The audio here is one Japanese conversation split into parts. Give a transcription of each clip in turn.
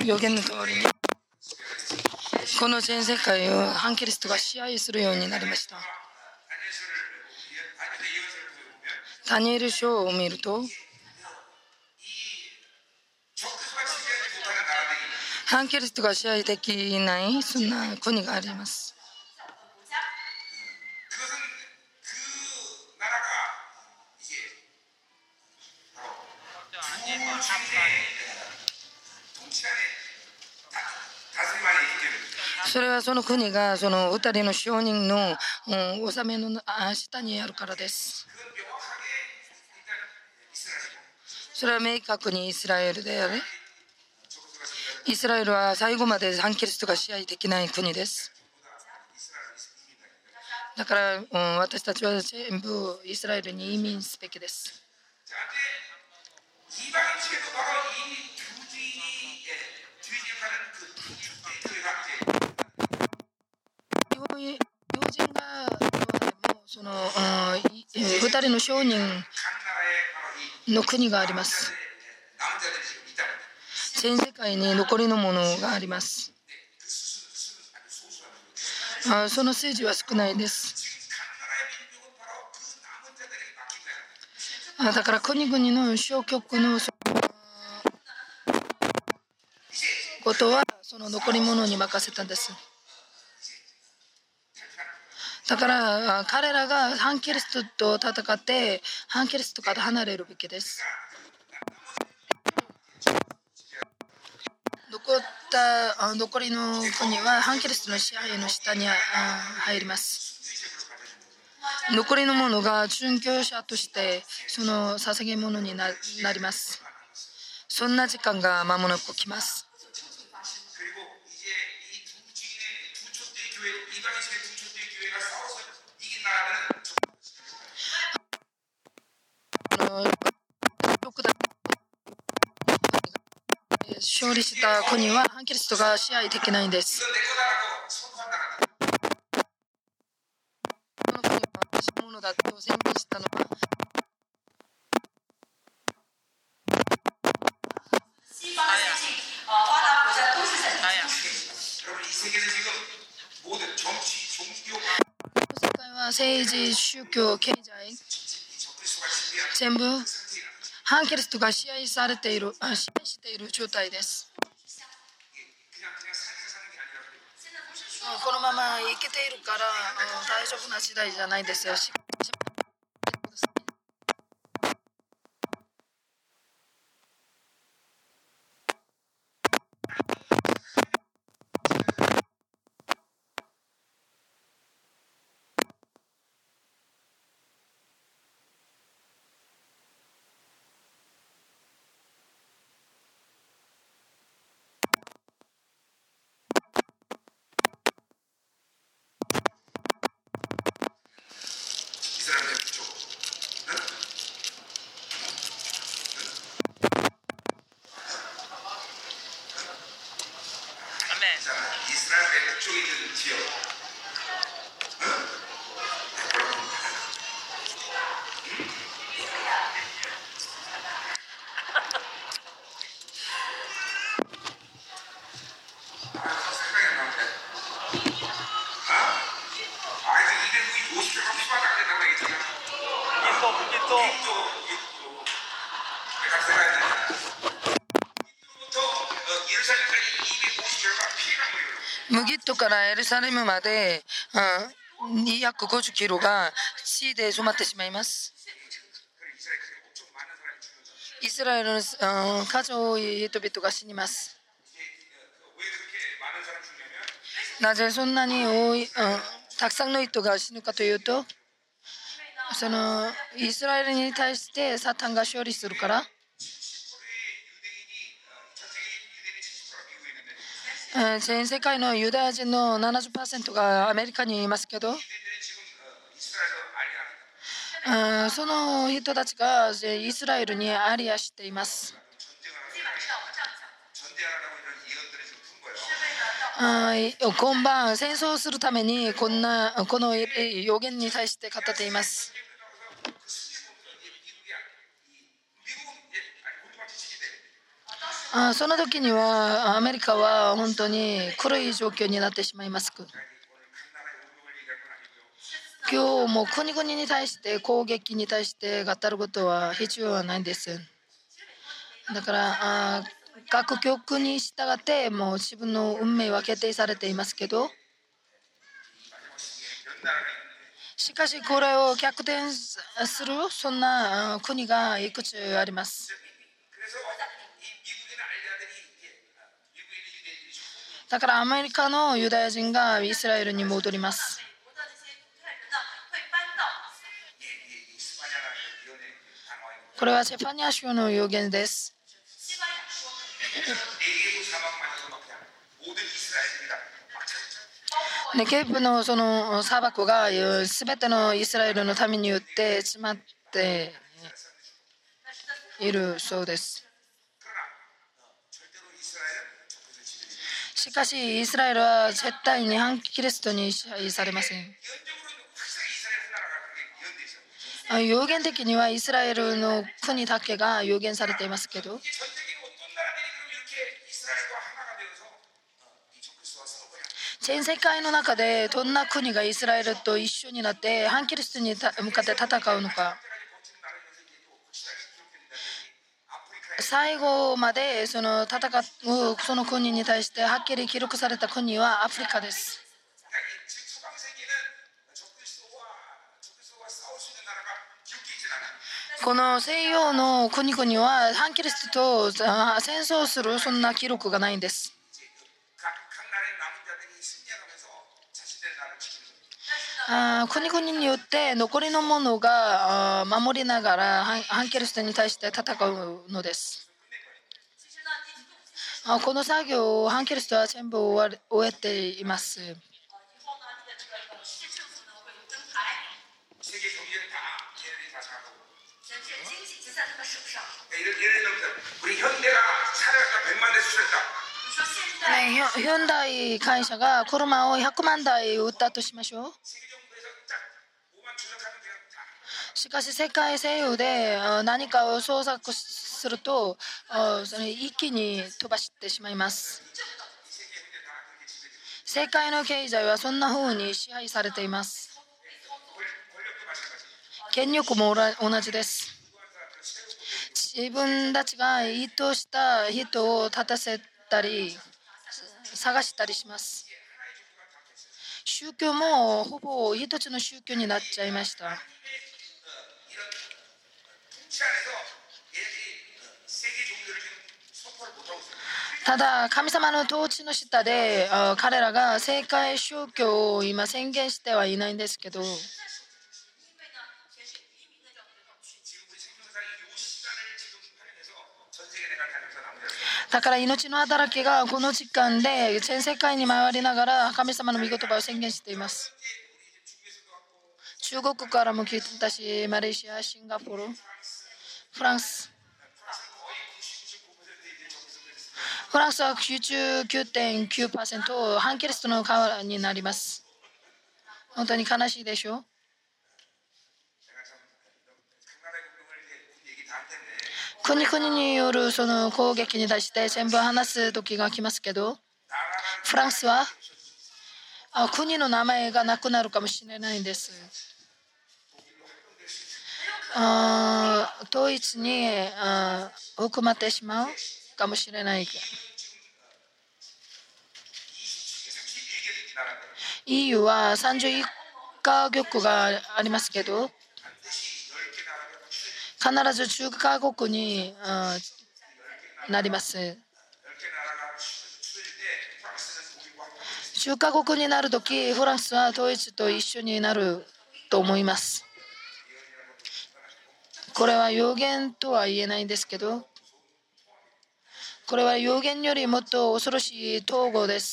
予言の通りにこの全世界を反キリストが支配するようになりました。ダニエル書を見ると、反キリストが支配できないそんな国があります。それはその国がその2人の証人の治めの下にあるからです。それは明確にイスラエルである。イスラエルは最後まで反キリストが支配できない国です。だから、私たちは全部イスラエルに移民すべきです。友人がその2人の証人の国があります。全世界に残りのものがあります。その数字は少ないです。だから国々の消極のことはその残り物に任せたんです。だから彼らが反キリストと戦って反キリストから離れるべきです。残りの国は反キリストの支配の下に入ります。残りのものが殉教者としてその捧げ物になります。そんな時間が間もなく来ます。勝利した国は反キリストが支配できないんです。この国は私のものだと宣言したのは世界は政治、宗教、経済全部反キリストが支配している状態です。このまま生きているから大丈夫な時代じゃないですよ。ムギットからエルサレムまで250キロが血で染まってしまいます。イスラエルの数多い人々が死にます。なぜそんなにたくさんの人が死ぬかというと、そのイスラエルに対してサタンが勝利するから。全世界のユダヤ人の 70% がアメリカにいますけど、その人たちがイスラエルにアリアしています。今晩戦争するためにこの予言に対して語っています。 その時にはアメリカは本当に黒い状況になってしまいます。今日も国々に対して攻撃に対して語ることは必要はないんです。だから各局に従ってもう自分の運命は決定されていますけど、しかしこれを逆転するそんな国がいくつあります。だからアメリカのユダヤ人がイスラエルに戻ります。これはセファニア書の予言です。ネゲブのその砂漠がすべてのイスラエルの民によって詰まっているそうです。しかしイスラエルは絶対に反キリストに支配されません。予言的にはイスラエルの国だけが予言されていますけど、全世界の中でどんな国がイスラエルと一緒になって反キリストに向かって戦うのか、最後までその戦うその国に対してはっきり記録された国はアフリカです。この西洋の国々は反キリストと戦争するそんな記録がないんです。国々によって残りのものが守りながら反キリストに対して戦うのです。この作業を反キリストは全部終えています。ヒュンダイ会社が車を100万台売ったとしましょう。しかし世界西洋で何かを捜索するとそれ一気に飛ばしてしまいます。世界の経済はそんな風に支配されています。権力も同じです。自分たちが意図した人を立たせたり探したりします。宗教もほぼ一つの宗教になっちゃいました。ただ神様の統治の下で彼らが世界宗教を今宣言してはいないんですけど、だから命の働きがこの時間で全世界に回りながら神様の御言葉を宣言しています。中国からも来たし、マレーシア、シンガポール、フランスは99.9% 反キリストの側になります。本当に悲しいでしょう。国々によるその攻撃に対して全部話す時が来ますけど、フランスは国の名前がなくなるかもしれないんです。統一に含まってしまうかもしれない。EU は31カ国がありますけど、必ず10カ国になります。10カ国になるとき、フランスは統一と一緒になると思います。これは予言とは言えないんですけど、これは予言よりもっと恐ろしい統合です。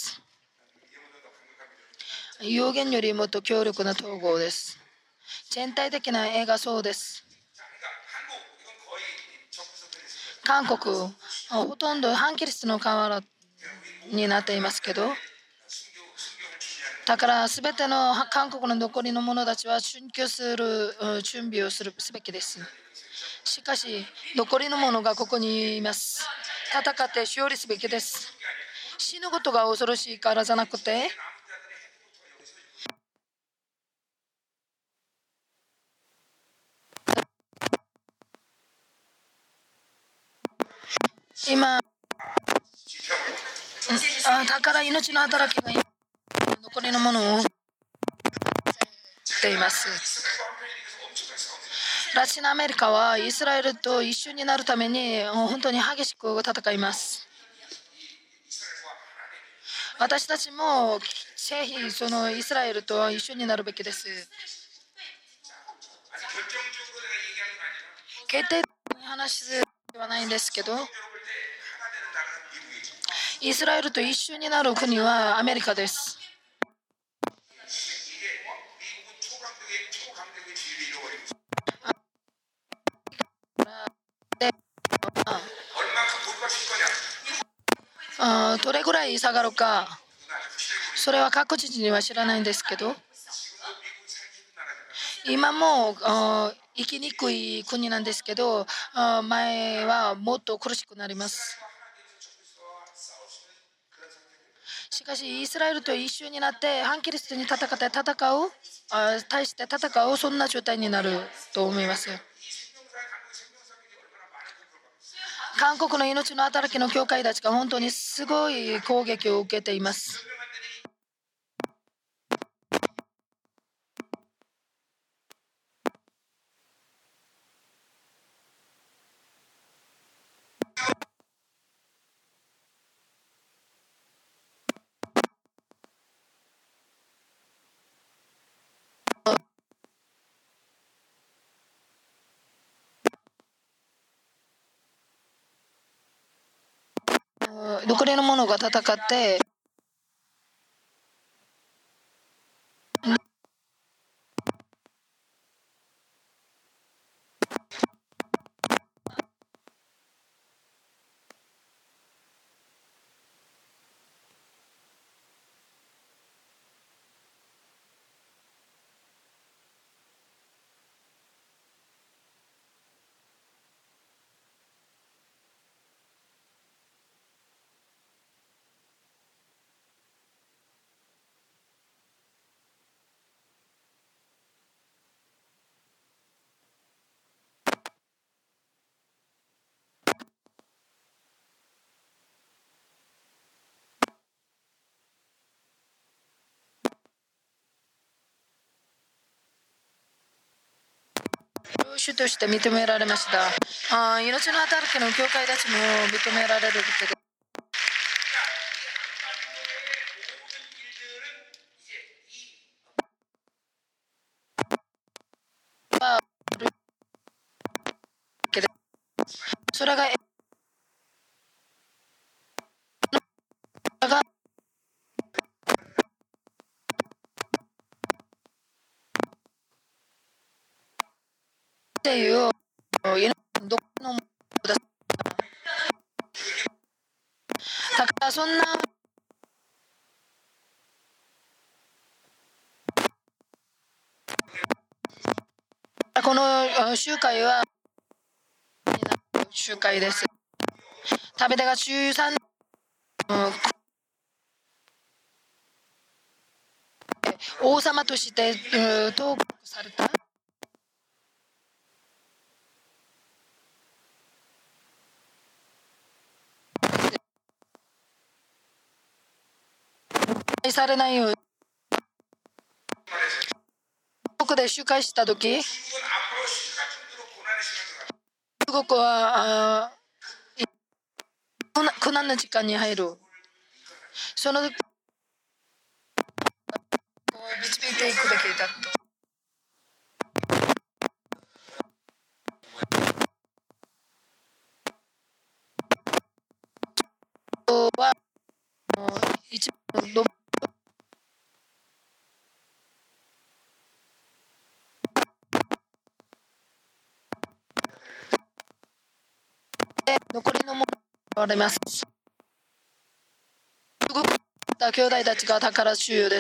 予言よりもっと強力な統合です。全体的な絵がそうです。韓国、ほとんど反キリストの瓦になっていますけど、だから全ての韓国の残りの者たちは殉教する準備をすべきです。しかし残りの者がここにいます。 戦って勝利すべきです。死ぬことが恐ろしいからじゃなくて、今、だから命の働きが残りのものをしています。ラチンアメリカはイスラエルと一緒になるために本当に激しく戦います。私たちもぜひそのイスラエルと一緒になるべきです。決定的に話すではないんですけど、イスラエルと一緒になる国はアメリカです。どれぐらい下がるか、それは確実には知らないんですけど、今も生きにくい国なんですけど、前はもっと苦しくなります。しかしイスラエルと一緒になって反キリストに対して戦う、そんな状態になると思います。韓国の命の働きの教会たちが本当にすごい攻撃を受けています。残りの者が戦って、主として認められました。命の働きの教会たちも認められるけど、それがっていうどこのものだからそんなこの集会は集会です。食べ手が週3、王様として登録された。されないように僕で集会した時、中国は苦難の時間に入る。その時導いていくべきだとは一番の残りのものが言われます。中国の兄弟たちが宝収容です。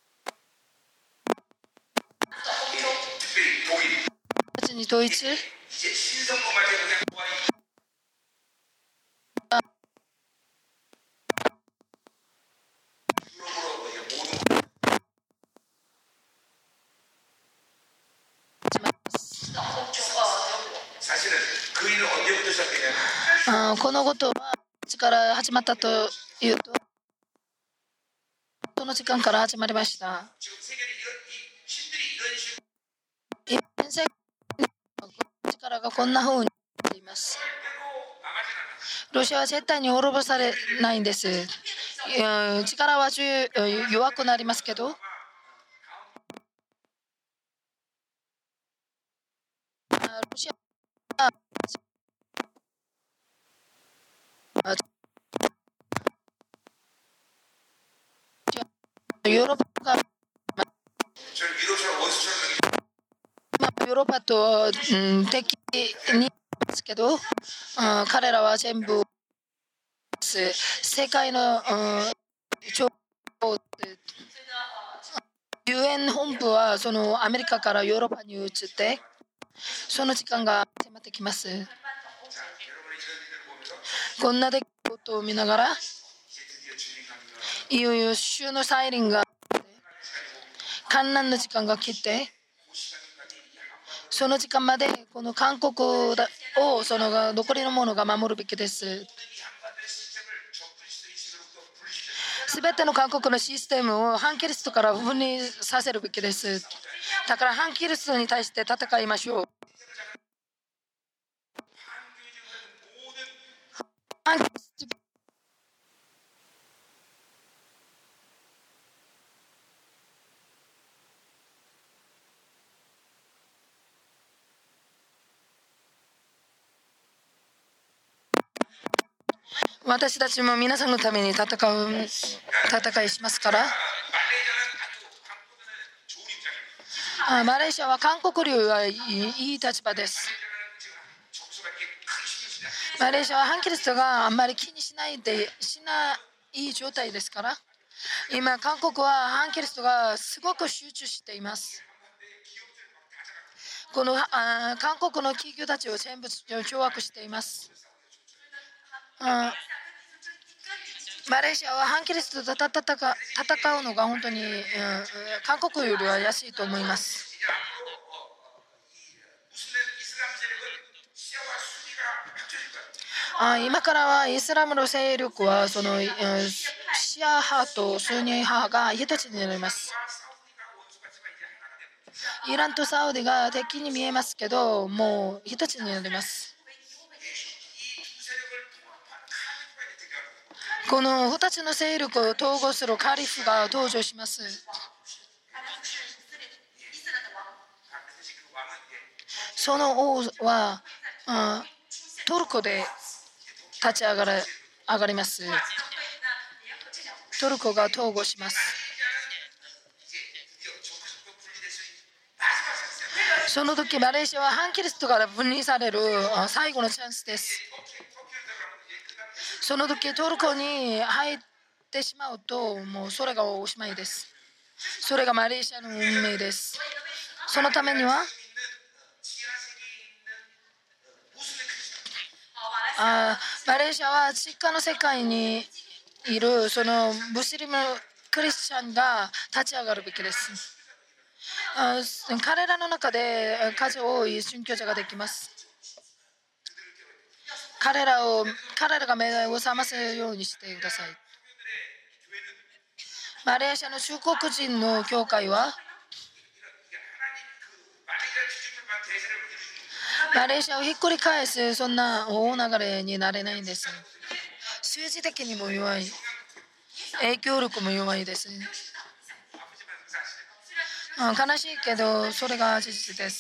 たちに統一このことはいつから始まったというと、その時間から始まりました。現世の力がこんな風になっています。ロシアは絶対に滅ぼされないんです。力は弱くなりますけど、ロシアはヨーロッパが、ヨーロッパと、敵にですけど、彼らは全部世界の、情報、UN 本部はそのアメリカからヨーロッパに移って、その時間が迫ってきます。こんな出来事を見ながら、いよいよ週のサイレンが観覧の時間が来て、その時間までこの韓国をその残りのものが守るべきです。すべての韓国のシステムを反キリストから分離させるべきです。だから反キリストに対して戦いましょう。反キリスト私たちも皆さんのために戦いしますから。マレーシアは韓国領はいい立場です。マレーシアは反キリストがあんまり気にしない状態ですから、今韓国は反キリストがすごく集中しています。この韓国の企業たちを全部掌握しています。マレーシアは反キリストと戦うのが本当に、韓国よりは安いと思います。今からはイスラムの勢力はその、シア派とスニ派が一つになります。イランとサウデが敵に見えますけど、もう一つになります。この2つの勢力を統合するカリフが登場します。その王は、トルコで立ち上がります。トルコが統合します。その時マレーシアは反キリストから分離される最後のチャンスです。その時トルコに入ってしまうと、もうそれがおしまいです。それがマレーシアの運命です。そのためにはマレーシアは地下の世界にいるそのムスリムクリスチャンが立ち上がるべきです。彼らの中で数多い殉教者ができます。彼らが目を覚ますようにしてください。マレーシアの中国人の教会はマレーシアをひっくり返すそんな大流れになれないんです。数字的にも弱い、影響力も弱いです。悲しいけどそれが事実です。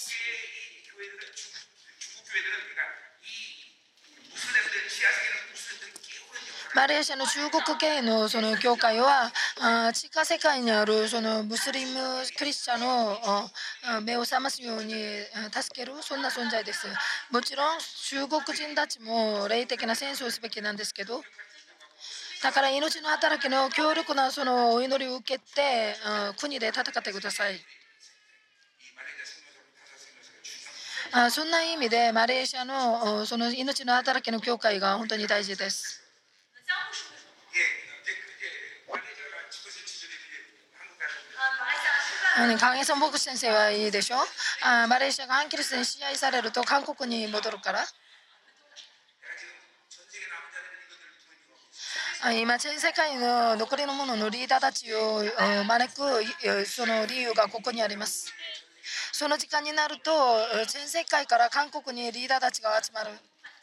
マレーシアの中国系のその教会は地下世界にあるそのムスリムクリスチャンの目を覚ますように助けるそんな存在です。もちろん中国人たちも霊的な戦争をすべきなんですけど、だから命の働きの強力なそのお祈りを受けて国で戦ってください。 そんな意味でマレーシアのその命の働きの教会が本当に大事です。影村牧師先生はいいでしょ。マレーシアが反キリストに支配されると韓国に戻るから。今全世界の残りのもののリーダーたちを招くその理由がここにあります。その時間になると全世界から韓国にリーダーたちが集まる。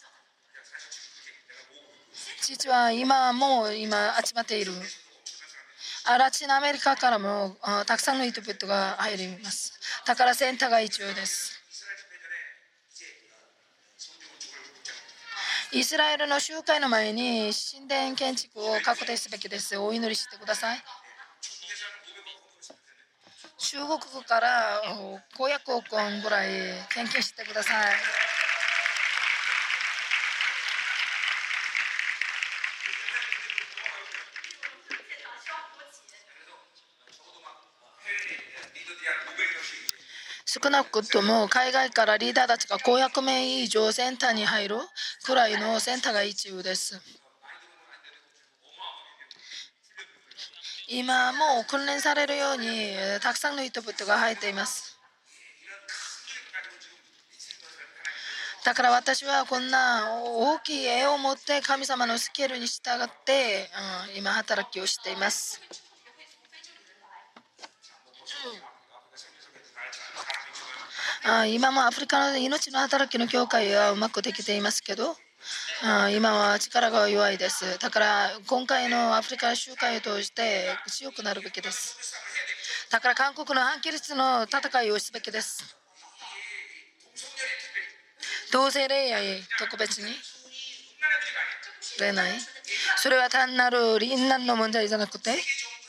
実は今集まっている。ラチンアメリカからもたくさんの人々が入ります。だからセンターが必要です。イスラエルの集会の前に神殿建築を確定すべきです。お祈りしてください。中国から500億ウォンぐらい献金してください。少なくとも海外からリーダーたちが500名以上センターに入るくらいのセンターが必要です。今もう訓練されるようにたくさんの人々が入っています。だから私はこんな大きい絵を持って神様のスケールに従って今働きをしています。今もアフリカの命の働きの教会はうまくできていますけど今は力が弱いです。だから今回のアフリカ集会を通して強くなるべきです。だから韓国の反キリストの戦いをすべきです。同性恋愛特別に恋愛それは単なる淫乱の問題じゃなくて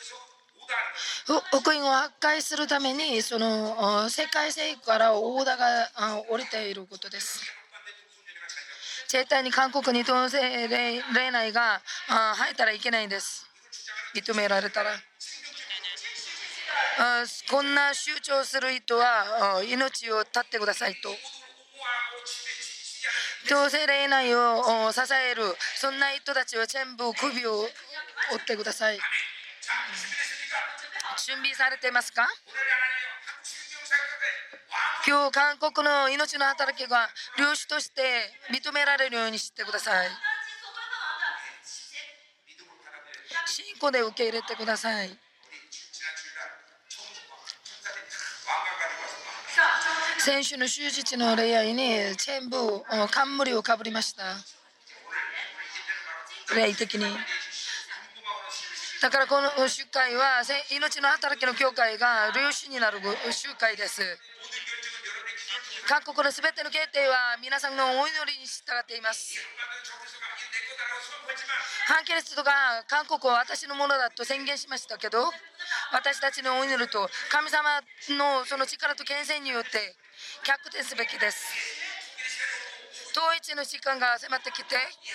福音を破壊するためにその世界征服からオーダーが降りていることです。絶対に韓国に同性恋愛が入ったらいけないんです。認められたらこんな主張する人は命を絶ってくださいと。同性恋愛を支えるそんな人たちは全部首を折ってください。準備されていますか。今日韓国の命の働きが領主として認められるようにしてください。信仰で受け入れてください。先週の終日の礼拝に全部冠をかぶりました。霊的にだからこの集会は命の働きの教会が領主になる集会です。各国のすべての決定は皆さんのお祈りに従っています。反キリストが韓国を私のものだと宣言しましたけど私たちのお祈りと神様のその力と権勢によって逆転すべきです。統一の時間が迫ってきて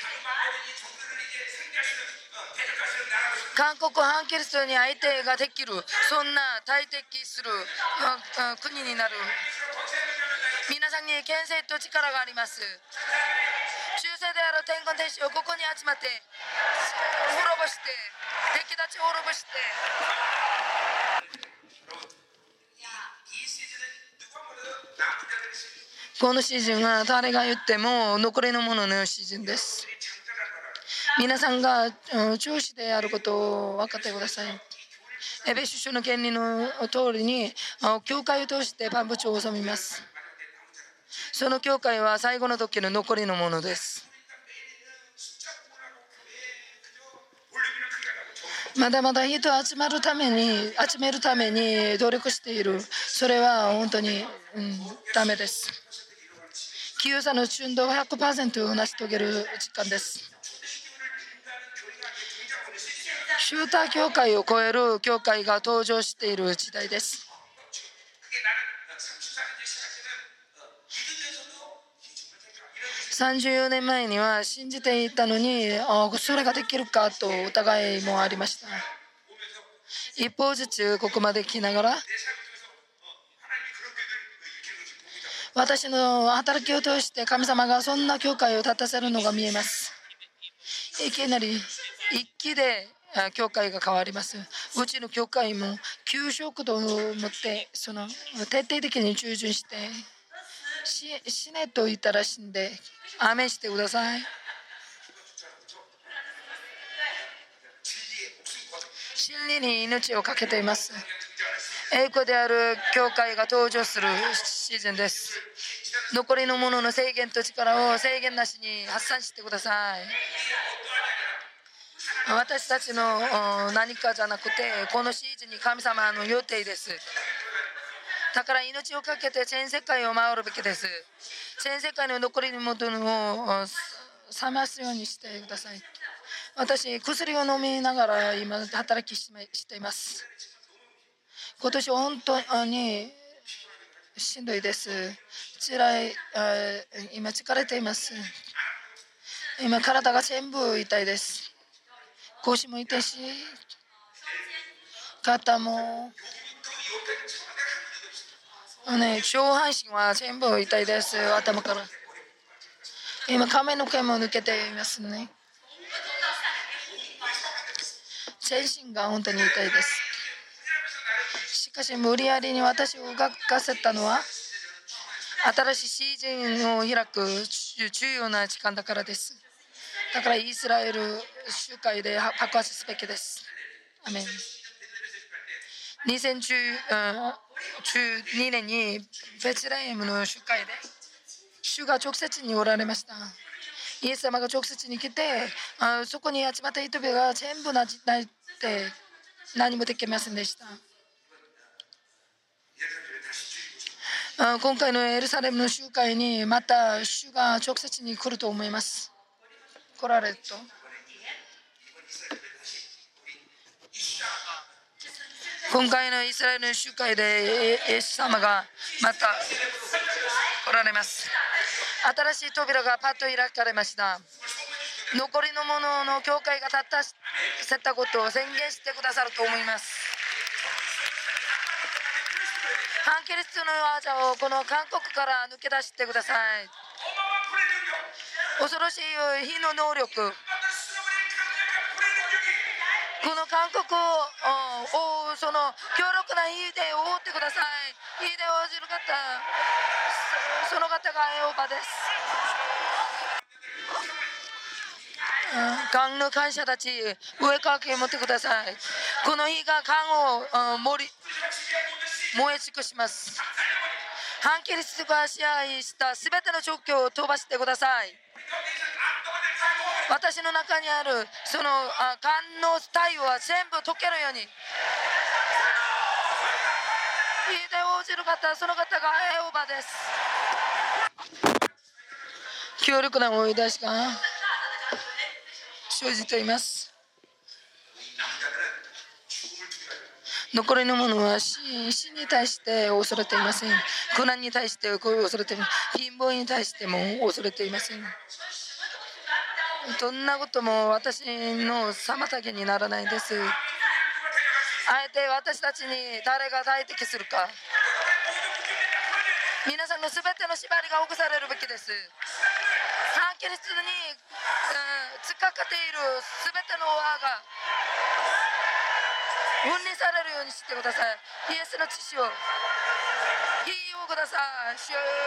韓国反キリストに相手ができるそんな対敵する国になる。皆さんに権勢と力があります。中世である天国天使をここに集まって滅ぼして敵たちを滅ぼしてこのシーズンは誰が言っても残りのもののシーズンです。皆さんが中止であることを分かってください。エベ首相の権利の通りに教会を通して万物を治めます。その教会は最後の時の残りのものです。まだまだ人を集めるために努力している。それは本当に、ダメです。清さの純度を 100% 成し遂げる時間です。シューター教会を超える教会が登場している時代です。34年前には信じていたのにそれができるかと疑いもありました。一歩ずつここまで来ながら私の働きを通して神様がそんな教会を立たせるのが見えます。いきなり一気で教会が変わります。うちの教会も給食度を持って徹底的に従順して死ねと言ったらしいんで、アメンしてください。真理に命を懸けています。栄光である教会が登場するシーズンです。残りのものの制限と力を制限なしに発散してください。私たちの何かじゃなくて、このシーズンに神様の予定です。だから命を懸けて全世界を回るべきです。全世界の残りのものを冷ますようにしてください。私、薬を飲みながら今働きしています。今年本当にしんどいです。辛い、今疲れています。今体が全部痛いです。腰も痛いし、肩も、上半身は全部痛いです。頭から今髪の毛も抜けていますね。全身が本当に痛いです。しかし無理やりに私を動かせたのは新しいシーズンを開く重要な時間だからです。だからイスラエル集会で爆発すべきです。アメン。2012年にベツレヘムの集会で主が直接におられました。イエス様が直接に来て、そこに集まった人々が全部泣いて何もできませんでした。今回のエルサレムの集会にまた主が直接に来ると思います。来られると今回のイスラエルの集会でイエス様がまた来られます。新しい扉がパッと開かれました。残りのものの教会が立たせたことを宣言してくださると思います。反キリストの技をこの韓国から抜け出してください。恐ろしい火の能力、この韓国をその強力な火で覆ってください。火で応じる方、その方がエホバです。韓の感謝たち、上から持ってください。この火が韓を燃え尽くします。反キリストが支配したすべての状況を飛ばしてください。私の中にあるその観の体は全部溶けるように、火で応じる方、その方がエホバです。強力な追い出しが生じています。残りのものは死に対して恐れていません。苦難に対して恐れていません。貧乏に対しても恐れていません。どんなことも私の妨げにならないです。あえて私たちに誰が大敵するか、皆さんのすべての縛りがほぐされるべきです。反キリストに突っかかっているすべての輪が分離されるようにしてください。イエスの血を、火をください。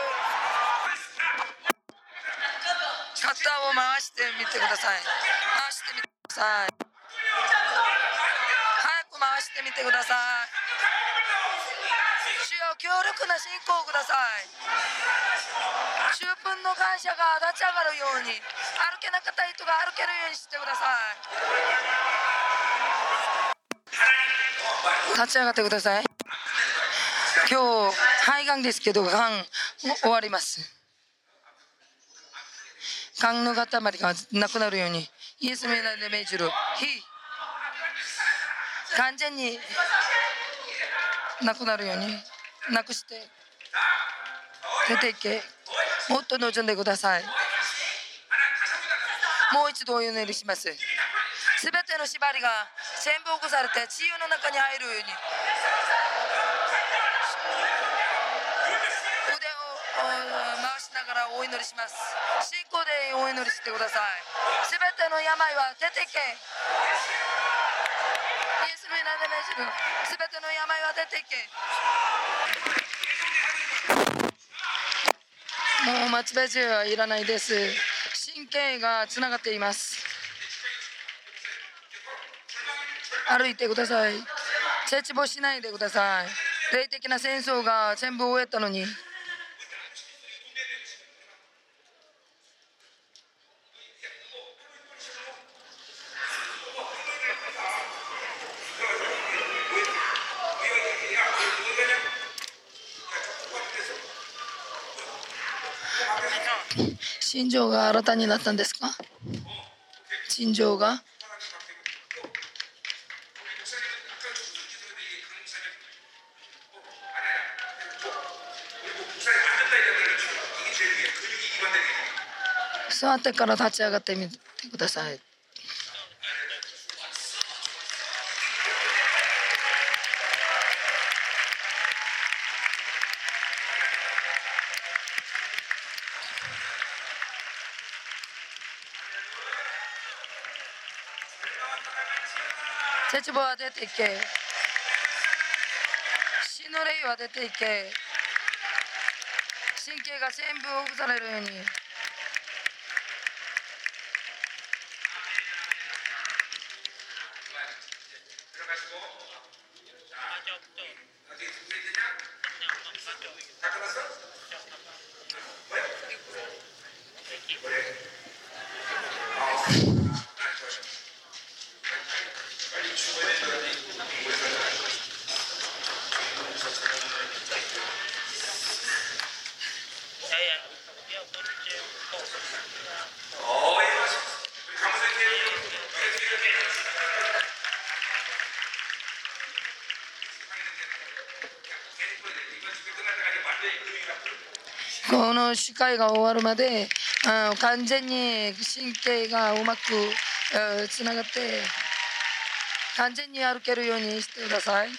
肩を回してみてください。回してみてください。早く回してみてください。主よ、強力な信仰をください。十分の感謝が立ち上がるように、歩けなかった人が歩けるようにしてください。立ち上がってください。今日肺がんですけど、がん終わります。がんの塊がなくなるようにイエスの名で命じる。完全になくなるように、なくして出ていけ。もっと望んでください。もう一度お祈りします。すべての縛りが全部ほぐされて自由の中に入るように、腕をらお祈りします。信仰でお祈りしてください。すべての病は出てけ。イエスの皆で命じる。すべての病は出てけ。もう松葉杖はいらないです。神経がつながっています。歩いてください。絶望しないでください。霊的な戦争が全部終えたのに。心情が新たになったんですか？心情が座ってから立ち上がってみてください。絶望は出ていけ。死の霊は出ていけ。神経が全部ほぐされるように。この司会が終わるまで完全に神経がうまくつながって完全に歩けるようにしてください。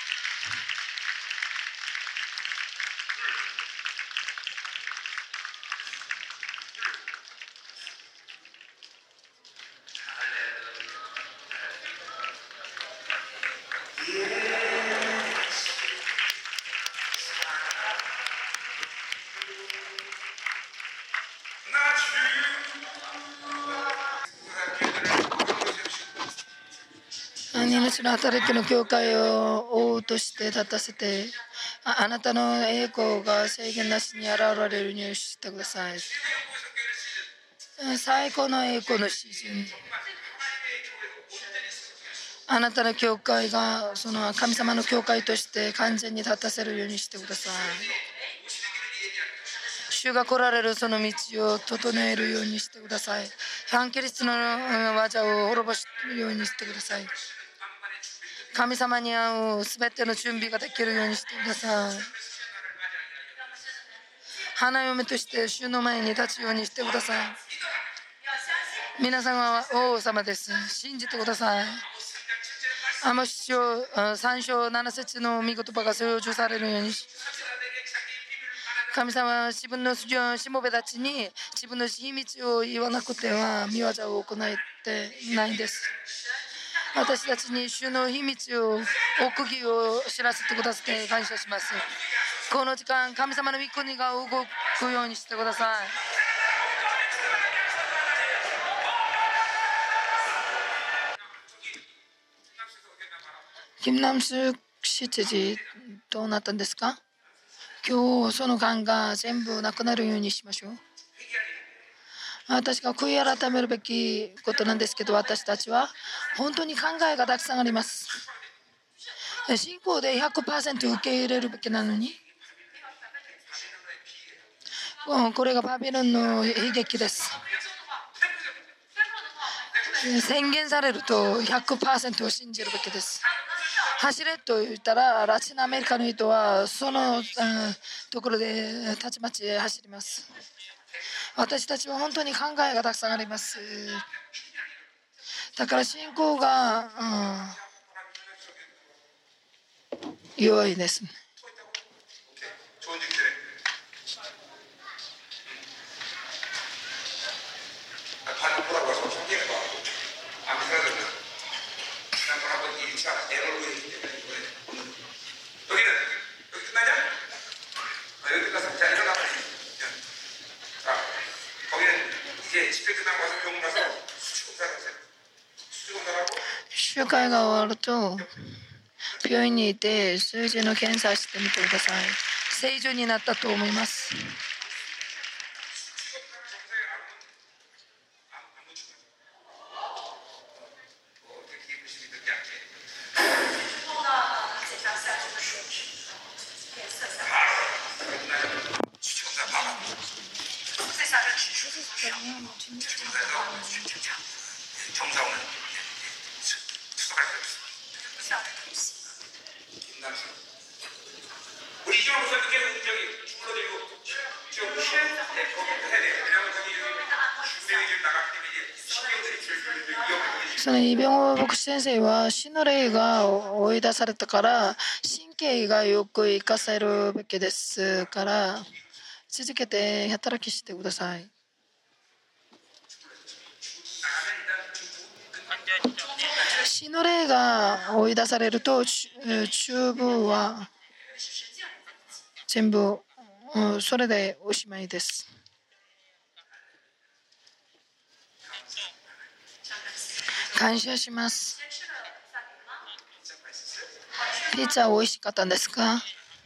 命の働きの教会を王として立たせて、あなたの栄光が制限なしに現れるようにしてください。最高の栄光のシーズン、あなたの教会がその神様の教会として完全に立たせるようにしてください。主が来られるその道を整えるようにしてください。反キリストの技を滅ぼすようにしてください。神様に会うすべての準備ができるようにしてください。花嫁として主の前に立つようにしてください。皆さんは王様です。信じてください。アモス書3章7節の御言葉が成就されるように、神様は自分のしもべたちに自分の秘密を言わなくては御業を行っていないんです。私たちに主の秘密を奥義を知らせてくださって感謝します。この時間、神様の御国が動くようにしてください。金南市知事どうなったんですか？今日そのがんが全部なくなるようにしましょう。私が悔い改めるべきことなんですけど、私たちは本当に考えがたくさんあります。信仰で 100% 受け入れるべきなのに、これがバビロンの悲劇です。宣言されると 100% を信じるべきです。走れと言ったらラテンアメリカの人はそのところでたちまち走ります。私たちは本当に考えがたくさんあります。だから信仰が、弱いです。 集会が終わると病院にいて数字の検査してみてください。正常になったと思います。そのイ・ビョンホ牧師先生は死の霊が追い出されたから神経がよく生かせるべきですから続けて働きしてください。死の霊が追い出されると中部は全部それでおしまいです。感謝します。ピッツァ美味しかったんですか？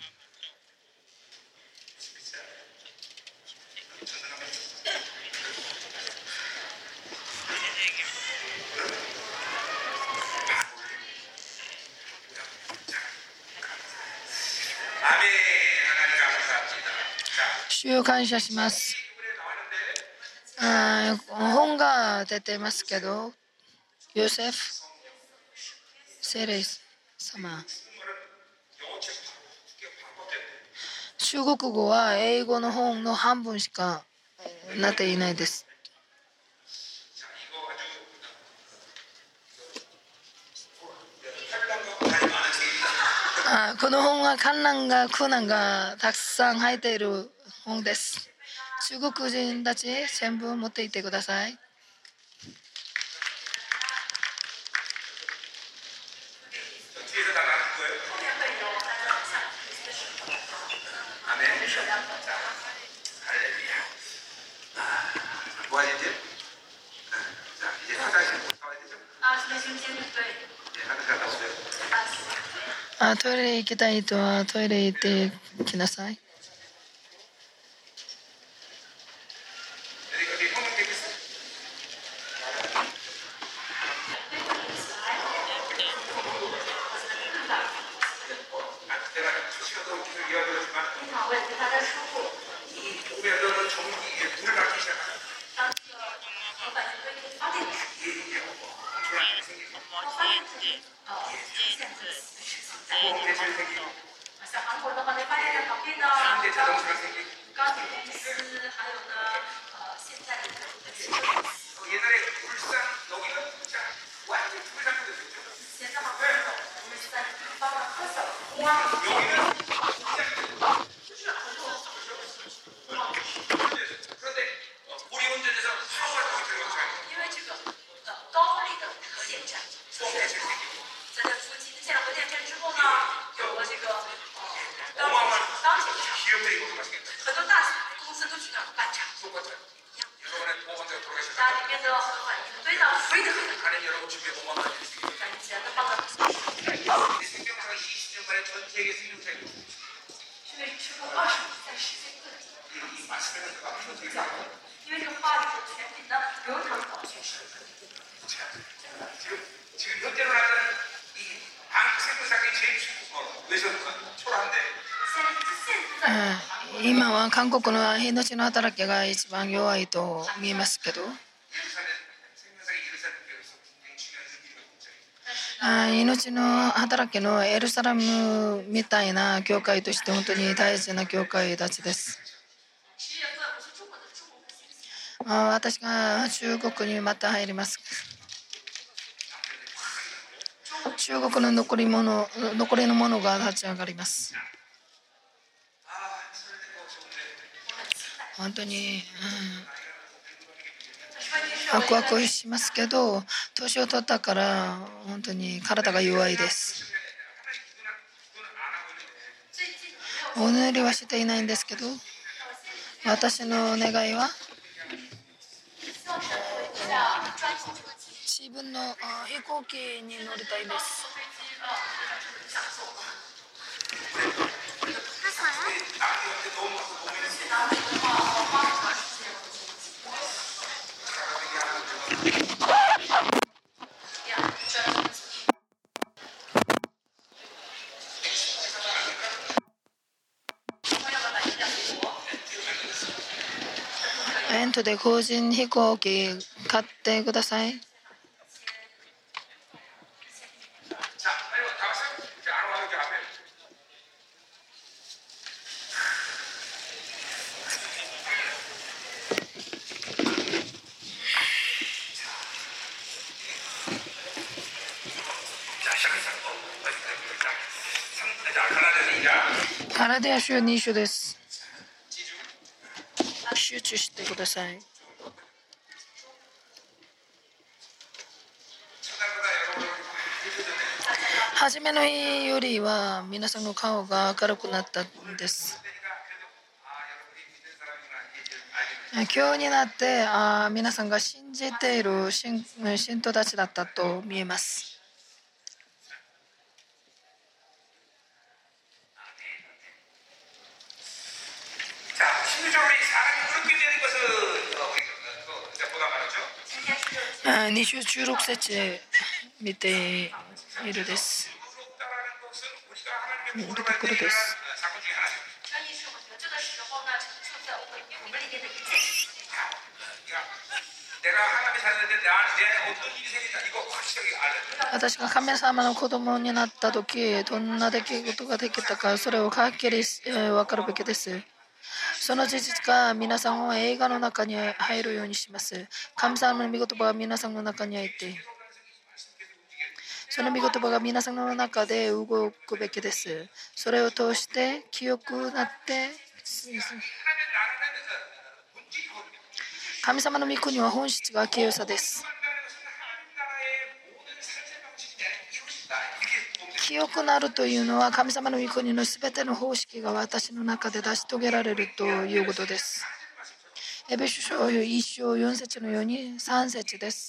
主を感謝します。本が出てますけど、ヨセフ・セレス様。中国語は英語の本の半分しかなっていないです。この本は観覧が苦難がたくさん入っている本です。中国人たち全部持っていてください。トイレ行きたい人はトイレ行ってきなさい。今は韓国の命の働きが一番弱いと見えますけど、命の働きのエルサレムみたいな教会として本当に大事な教会たちです。私が中国にまた入ります。中国の残りのものが立ち上がります。本当に、 ワクワクしますけど、年を取ったから本当に体が弱いです。お祈りはしていないんですけど、私の願いは自分の飛行機に乗りたいです。エントで個人飛行機買ってください。カナディア州2州です。集中してください。初めの日よりは皆さんの顔が明るくなったんです。今日になって皆さんが信じている信徒たちだったと見えます。26節見ているです。出てくるです。私が神様の子供になった時、どんな出来事ができたか、それをはっきり分かるべきです。その事実が皆さんを映画の中に入るようにします。神様の御言葉が皆さんの中に入って、その御言葉が皆さんの中で動くべきです。それを通して記憶になって、神様の御国は本質が清さです。清くなるというのは、神様の御国のすべての方式が私の中で成し遂げられるということです。エベシ書1章4節のように3節です。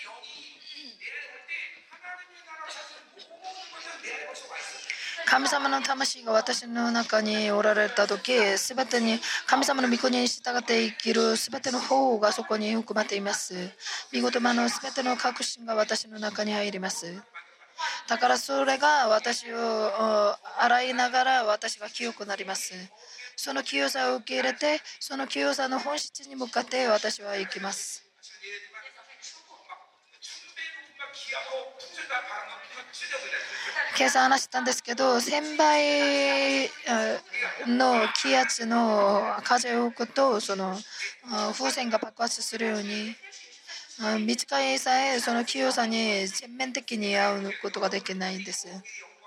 神様の魂が私の中におられたとき、すべてに神様の御国に従って生きるすべての方がそこに含まれています。御言葉のすべての確信が私の中に入ります。だからそれが私を洗いながら私が清くなります。その清さを受け入れて、その清さの本質に向かって私は生きます。今朝話したんですけど、1000倍の気圧の風を吹くと、その風船が爆発するように、短いさえその清さに全面的に合うことができないんです。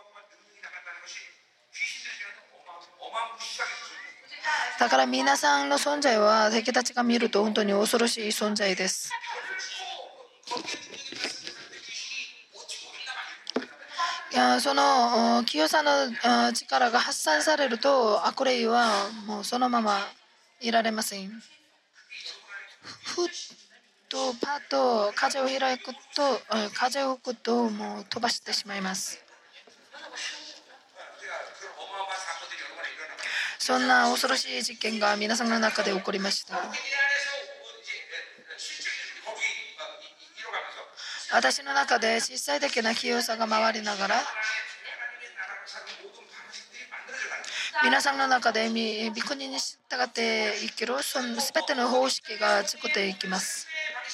だから皆さんの存在は敵たちが見ると本当に恐ろしい存在です。その清さの力が発散されると、悪霊はもうそのままいられません。ふっとパッと風を開くと、風を吹くともう飛ばしてしまいます。そんな恐ろしい事件が皆さんの中で起こりました。私の中で実際的な清さが回りながら、皆さんの中で御国に従って生きるその全ての方式が作っていきます。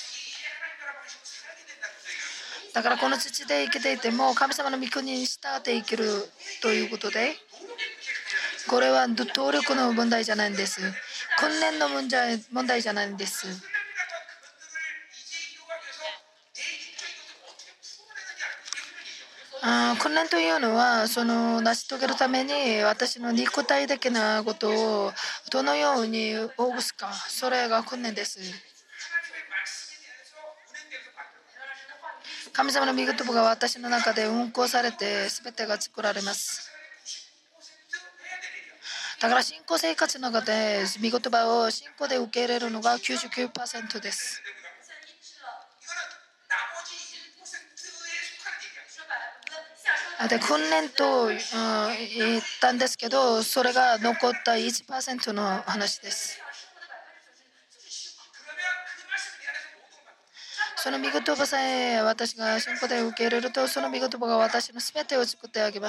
だからこの土で生きていても神様の御国に従って生きるということで、これは努力の問題じゃないんです。訓練の問題じゃないんです。訓練というのはその成し遂げるために私の肉体的なことをどのようにほぐすか、それが訓練です。 神様の御言葉が私の中で運行されて全てが作られます。だから信仰生活の中で御言葉を信仰で受け入れるのが 99% です。で訓練と言ったんですけど、それが残った 1% の話です。その御言葉さえ私が信仰で受け入れると、その御言葉が私の全てを作ってあげます。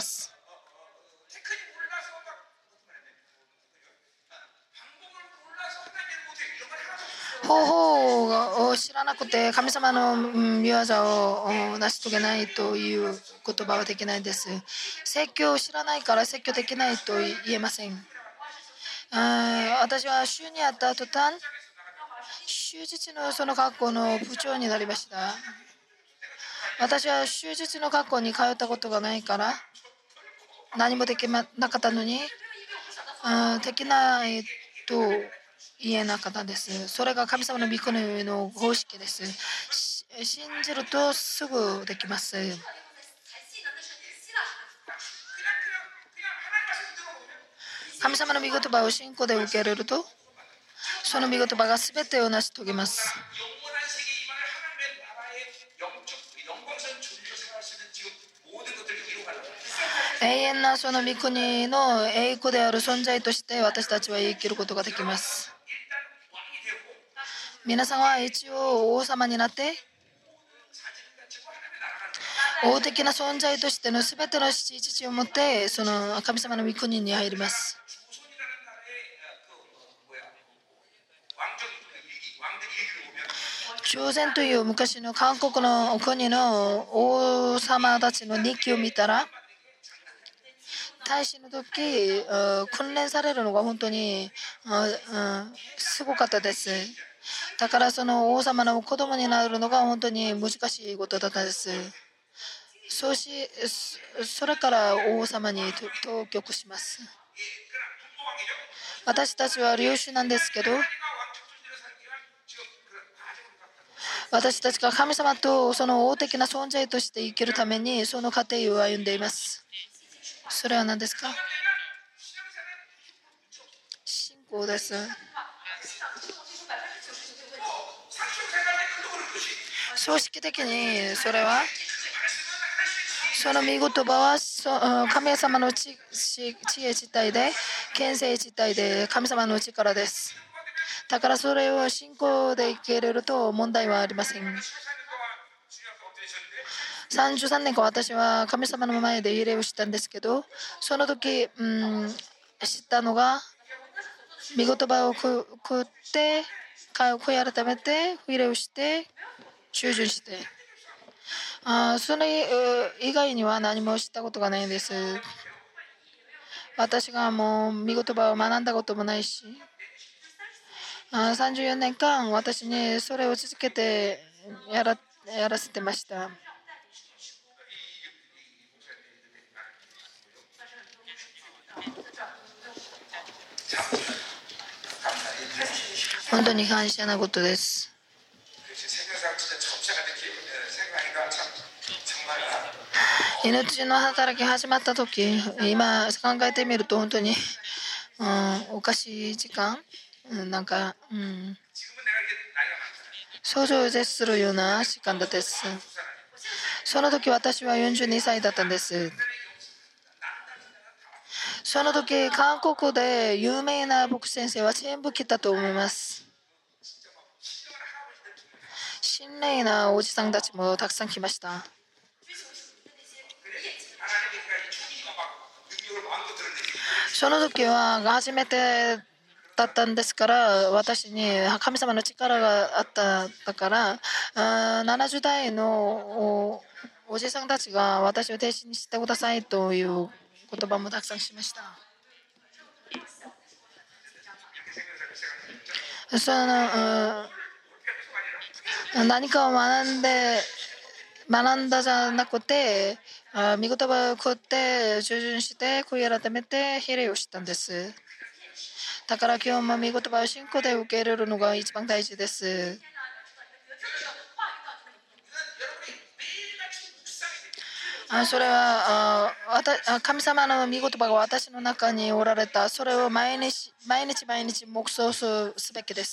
方法を知らなくて神様の御業を成し遂げないという言葉はできないです。説教を知らないから説教できないと言えません。私は主に会った途端、終日のその学校の部長になりました。私は終日の学校に通ったことがないから何もできなかったのに、できないと言えなかったです。それが神様の御国の方式です。信じるとすぐできます。神様の御言葉を信仰で受け入れると、その御言葉が全てを成し遂げます。永遠なその御国の栄光である存在として私たちは生きることができます。皆さんは一応王様になって王的な存在としての全ての父を持ってその神様の御国に入ります。朝鮮という昔の韓国の国の王様たちの日記を見たら、大使の時訓練されるのが本当にすごかったです。だからその王様の子供になるのが本当に難しいことだったです。それから王様に当局します。私たちは領主なんですけど、私たちが神様とその王的な存在として生きるためにその過程を歩んでいます。それは何ですか？信仰です。組織的にそれはその御言葉は神様の知恵自体で権勢自体で神様の力です。だからそれを信仰で受け入れると問題はありません。33年間私は神様の前で礼をしたんですけど、その時、知ったのが御言葉を食って悔い改めて礼をして従順して、それ以外には何も知ったことがないんです。私がもう御言葉を学んだこともないし、34年間私にそれを続けてやらせてました。本当に感謝なことです。命の働き始まった時、今考えてみると本当に、おかしい時間、なんか、想像を絶するような時間です。その時私は42歳だったんです。その時韓国で有名な牧師先生は全部来たと思います。心霊なおじさんたちもたくさん来ました。その時は初めてだったんですから、私に神様の力があっただから70代のおじさんたちが私を弟子にしてくださいという言葉もたくさんしました。その何かを学んだじゃなくて、御言葉を食って従順して悔い改めて比例をしたんです。だから今日も御言葉を信仰で受け入れるのが一番大事です。 それは神様の御言葉が私の中におられた。それを毎日黙想すべきです。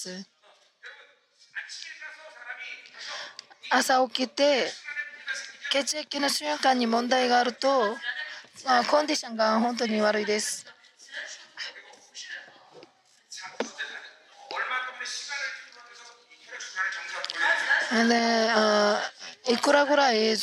朝起きて血液の瞬間に問題があるとコンディションが本当に悪いです。でいくらぐらい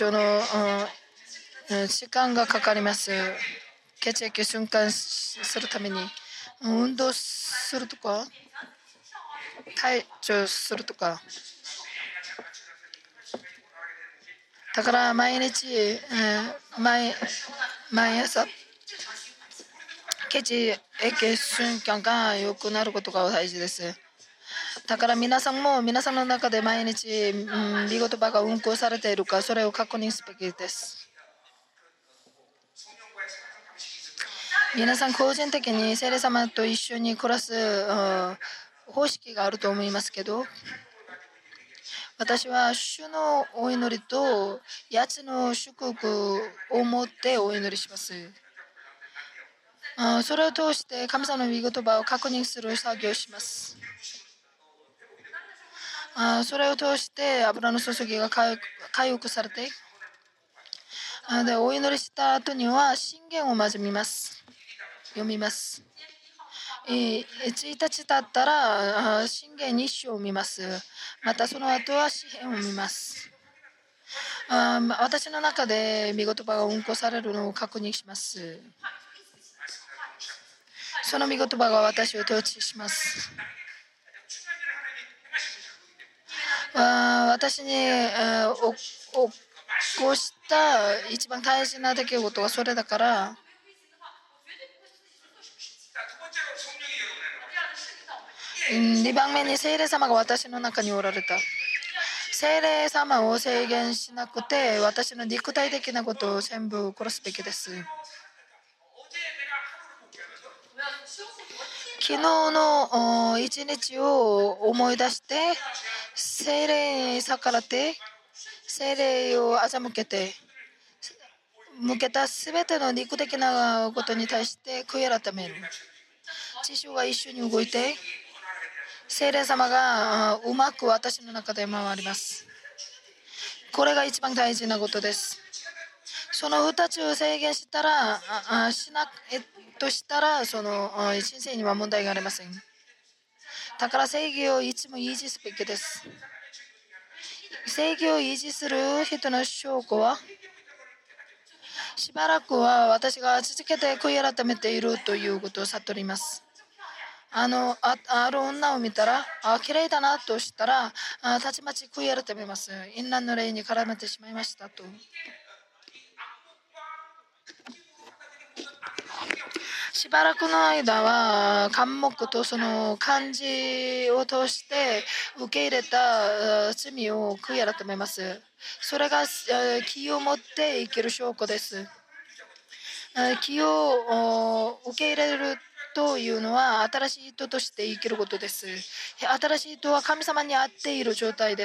時間がかかります。血液瞬間するために運動するとか体調するとか。だから毎日、毎朝血液瞬間が良くなることが大事です。だから皆さんも皆さんの中で毎日、見言葉が運行されているかそれを確認すべきです。皆さん個人的に聖霊様と一緒に暮らす方式があると思いますけど、私は主のお祈りと八つの祝福を持ってお祈りします。それを通して神様の御言葉を確認する作業をします。それを通して油の注ぎが回復されて、でお祈りした後には箴言をまず読みます。1日だったら箴言2章を見ます。またその後は詩篇を見ます。私の中で御言葉が運行されるのを確認します。その御言葉が私を統治します。私に起こした一番大事な出来事はそれだから、2番目に聖霊様が私の中におられた。聖霊様を制限しなくて私の肉体的なことを全部殺すべきです。昨日の一日を思い出して聖霊に逆らって聖霊を欺けて向けたすべての肉的なことに対して悔い改める。知識が一緒に動いて聖霊様がうまく私の中で回ります。これが一番大事なことです。その2つを制限したらしなとしたらその人生には問題がありません。だから正義をいつも維持すべきです。正義を維持する人の証拠はしばらくは私が続けて悔い改めているということを悟ります。ある女を見たら綺麗だなとしたらたちまち悔い改めます。淫乱の霊に絡めてしまいましたと。しばらくの間は漢目とその漢字を通して受け入れた罪を悔い改めます。それが気を持って生きる証拠です。気を受け入れるというのは新しい人として生きることです。新しい人は神様にあっている状態です。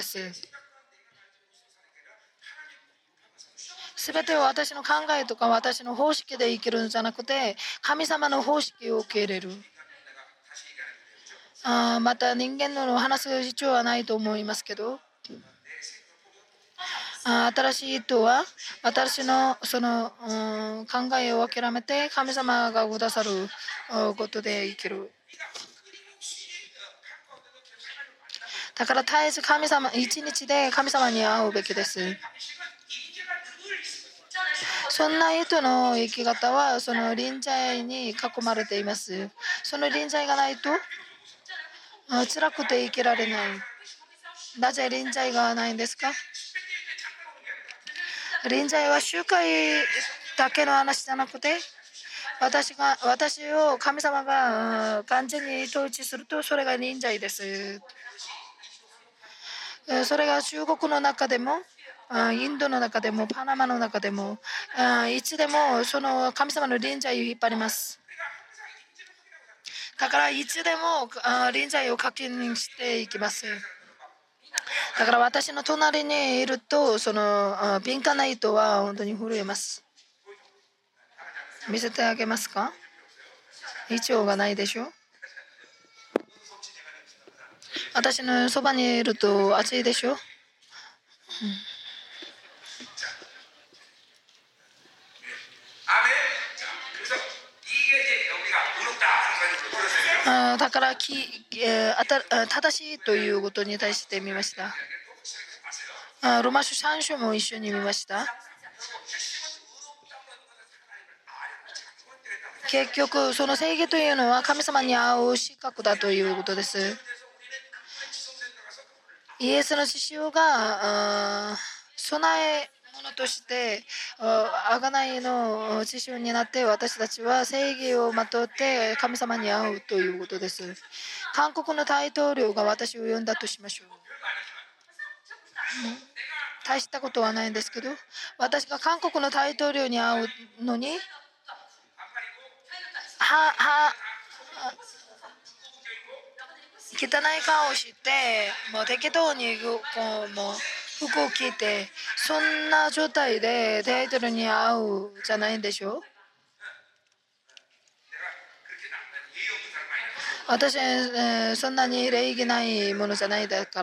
すべてを私の考えとか私の方式で生きるんじゃなくて神様の方式を受け入れる。また人間の話す必要はないと思いますけど、新しい人は私のその考えを諦めて神様がくださることで生きる。だから絶えず神様一日で神様に会うべきです。そんな人の生き方はその臨在に囲まれています。その臨在がないと辛くて生きられない。なぜ臨在がないんですか？臨在は集会だけの話じゃなくて私を神様が完全に統治するとそれが臨在です。それが中国の中でもインドの中でもパナマの中でもいつでもその神様の臨在を引っ張ります。だからいつでも臨在を確認していきます。 だから私の隣にいるとその敏感な糸は本当に震えます。見せてあげますか？胃腸がないでしょ。私のそばにいると暑いでしょ。だから正しいということに対して見ました。ロマ書3章も一緒に見ました。結局その正義というのは神様に会う資格だということです。イエスの血潮が備え物として贖いの血潮になって、私たちは正義をまとって神様に会うということです。韓国の大統領が私を呼んだとしましょう。大したことはないんですけど、私が韓国の大統領に会うのに汚い顔をしてもう適当にもう服を着て、そんな状態でタイトルに合うじゃないんでしょう。私、そんなに礼儀ないものじゃないだから。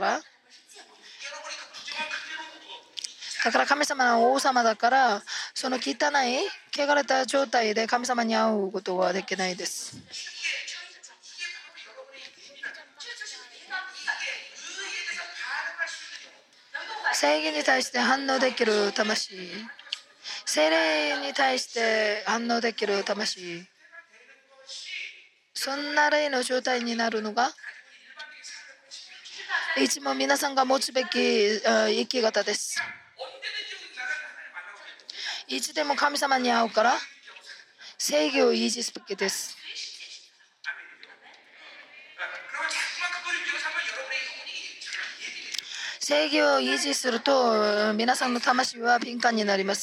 だから神様の王様だから、その汚い汚れた状態で神様に会うことはできないです。正義に対して反応できる魂、聖霊に対して反応できる魂、そんな霊の状態になるのがいつも皆さんが持つべき生き方です。いつでも神様に会うから正義を維持すべきです。正義を維持すると皆さんの魂は敏感になります。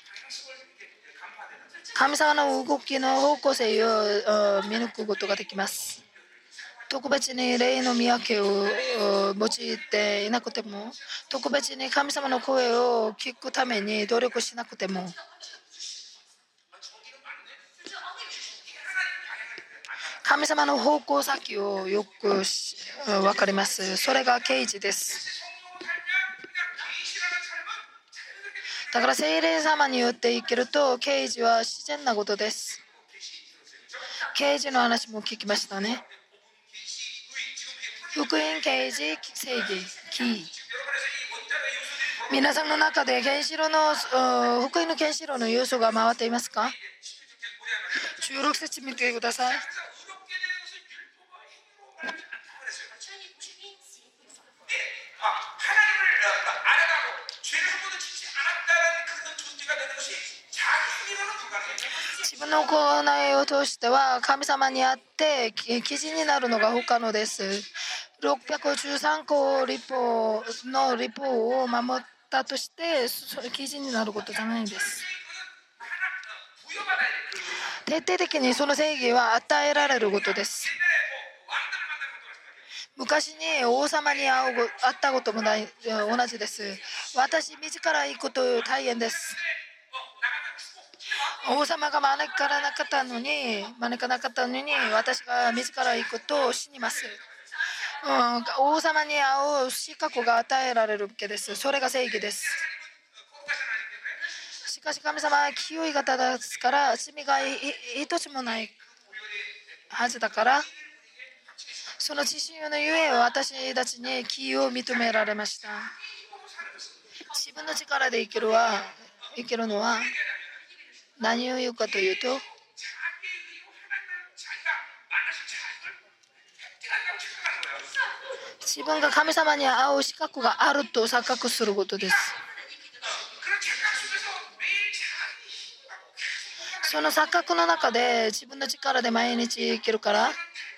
神様の動きの方向性を見抜くことができます。特別に霊の見分けを用いていなくても、特別に神様の声を聞くために努力しなくても、神様の方向先をよく分かります。それが啓示です。だから聖霊様によって生きると啓示は自然なことです。啓示の話も聞きましたね。福音、啓示、正義、義。皆さんの中で原子炉の福音の原子炉の要素が回っていますか？16節見てください。自分の行いを通しては神様にあって記事になるのが不可能です。613項立法の立法を守ったとして記事になることじゃないんです。徹底的にその正義は与えられることです。昔に王様に会ったこともない同じです。私自ら行くこと大変です。王様が招かなかったのに私が自ら行くと死にます。王様に会う資格が与えられるわけです。それが正義です。しかし神様は清い方ですから罪が一つもないはずだから、その自信のゆえ私たちに義を認められました。自分の力で生きるのは何を言うかというと、自分が神様に会う資格があると錯覚することです。その錯覚の中で自分の力で毎日生きるから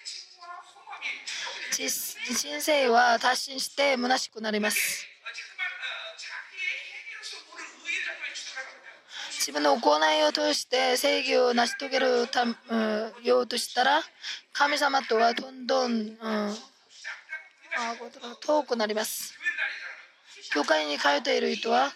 人生は達成して虚しくなります。自分の行いを通して正義を成し遂げるようとしたら神様とはどんどん遠くなります。 教会に通っている人は、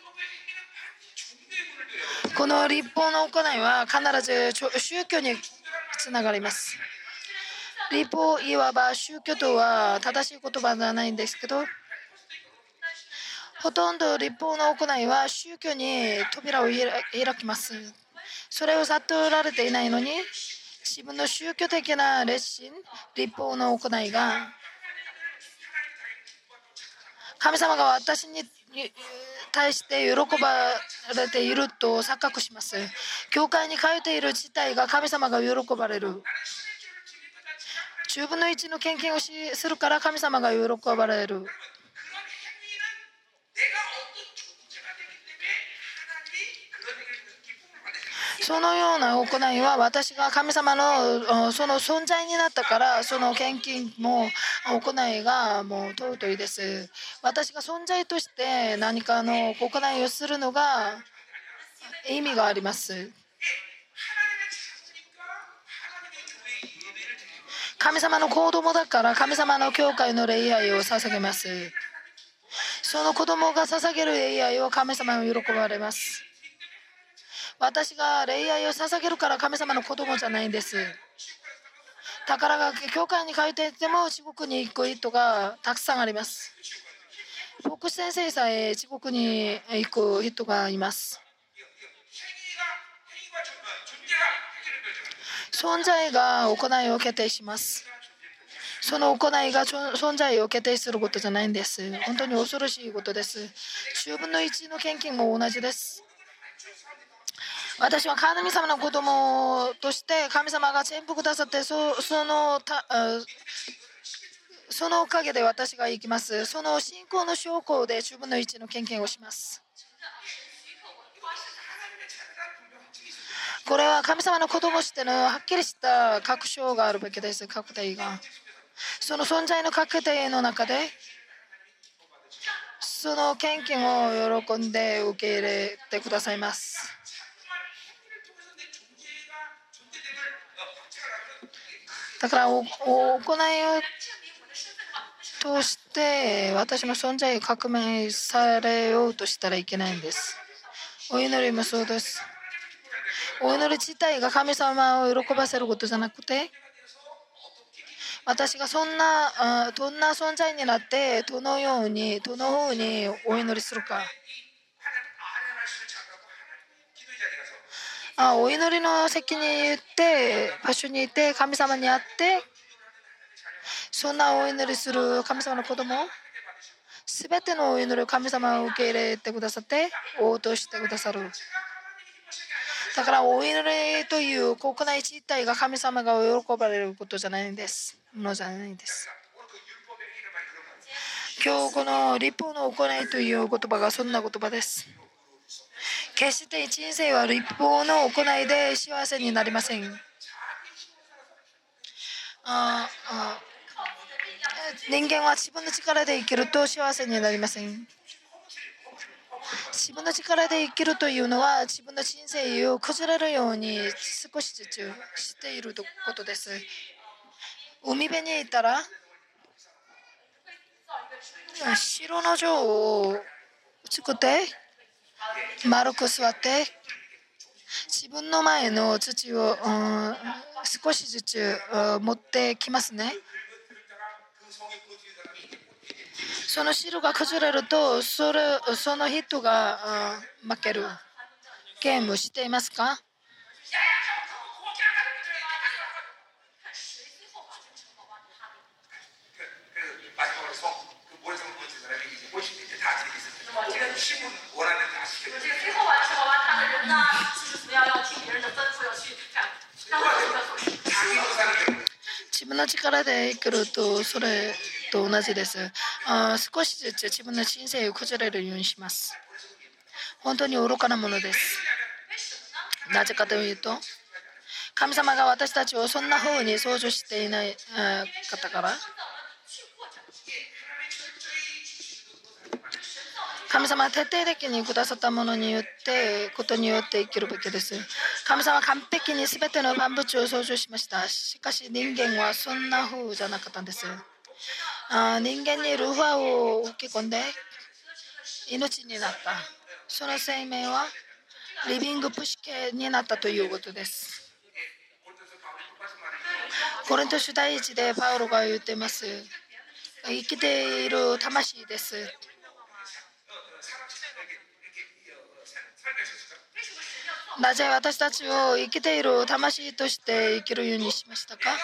この立法の行いは必ず宗教につながります。立法、いわば宗教とは正しい言葉ではないんですけど、ほとんど立法の行いは宗教に扉を開きます。それを悟られていないのに、自分の宗教的な熱心、立法の行いが、神様が私に対して喜ばれていると錯覚します。教会に通っている自体が神様が喜ばれる。10分の1の献金をするから神様が喜ばれる。そのような行いは私が神様のその存在になったから、その献金も行いがもう尊いです。私が存在として何かの行いをするのが意味があります。神様の子供だから神様の教会の礼拝を捧げます。その子供が捧げる礼拝を神様を喜ばれます。私が礼拝を捧げるから神様の子供じゃないんです。だから教会に通っていても地獄に行く人がたくさんあります。牧師先生さえ地獄に行く人がいます。存在が行いを決定します。その行いが存在を決定することじゃないんです。本当に恐ろしいことです。10分の1の献金も同じです。私は神様の子供として神様が全部くださってそのおかげで私が生きます。その信仰の証拠で10分の1の献金をします。これは神様の子供としてのはっきりした確証があるべきです。確定がその存在の確定の中でその献金を喜んで受け入れてくださいます。だから行いを通して私の存在を革命されようとしたらいけないんです。お祈りもそうです。お祈り自体が神様を喜ばせることじゃなくて、私がどんな存在になってどの風にお祈りするか。お祈りの席に行って場所に行って神様に会ってそんなお祈りする神様の子供、すべてのお祈りを神様を受け入れてくださって応答してくださる。だからお祈りという国内自体が神様が喜ばれることじゃないんです。ものじゃないんです。今日この立法の行いという言葉がそんな言葉です。決して人生は立法の行いで幸せになりません。人間は自分の力で生きると幸せになりません。自分の力で生きるというのは自分の人生を崩れるように少しずつしていることです。海辺にいたら白の城を作って丸く座って自分の前の土を少しずつ持ってきますね。その城が崩れるとその人が負ける。ゲームしていますか？自分の力で生きるとそれと同じです。少しずつ自分の人生を崩れるようにします。本当に愚かなものです。なぜかというと神様が私たちをそんな風に創造していない方から、神様は徹底的にくださったものによってことによって生きるべきです。神様は完璧に全ての万物を創造しました。しかし人間はそんな風じゃなかったんです。人間にルファを吹き込んで命になった。その生命はリビングプシケになったということです。コリント書第一でパウロが言っています。生きている魂です。なぜ私たちを生きている魂として生きるようにしましたか？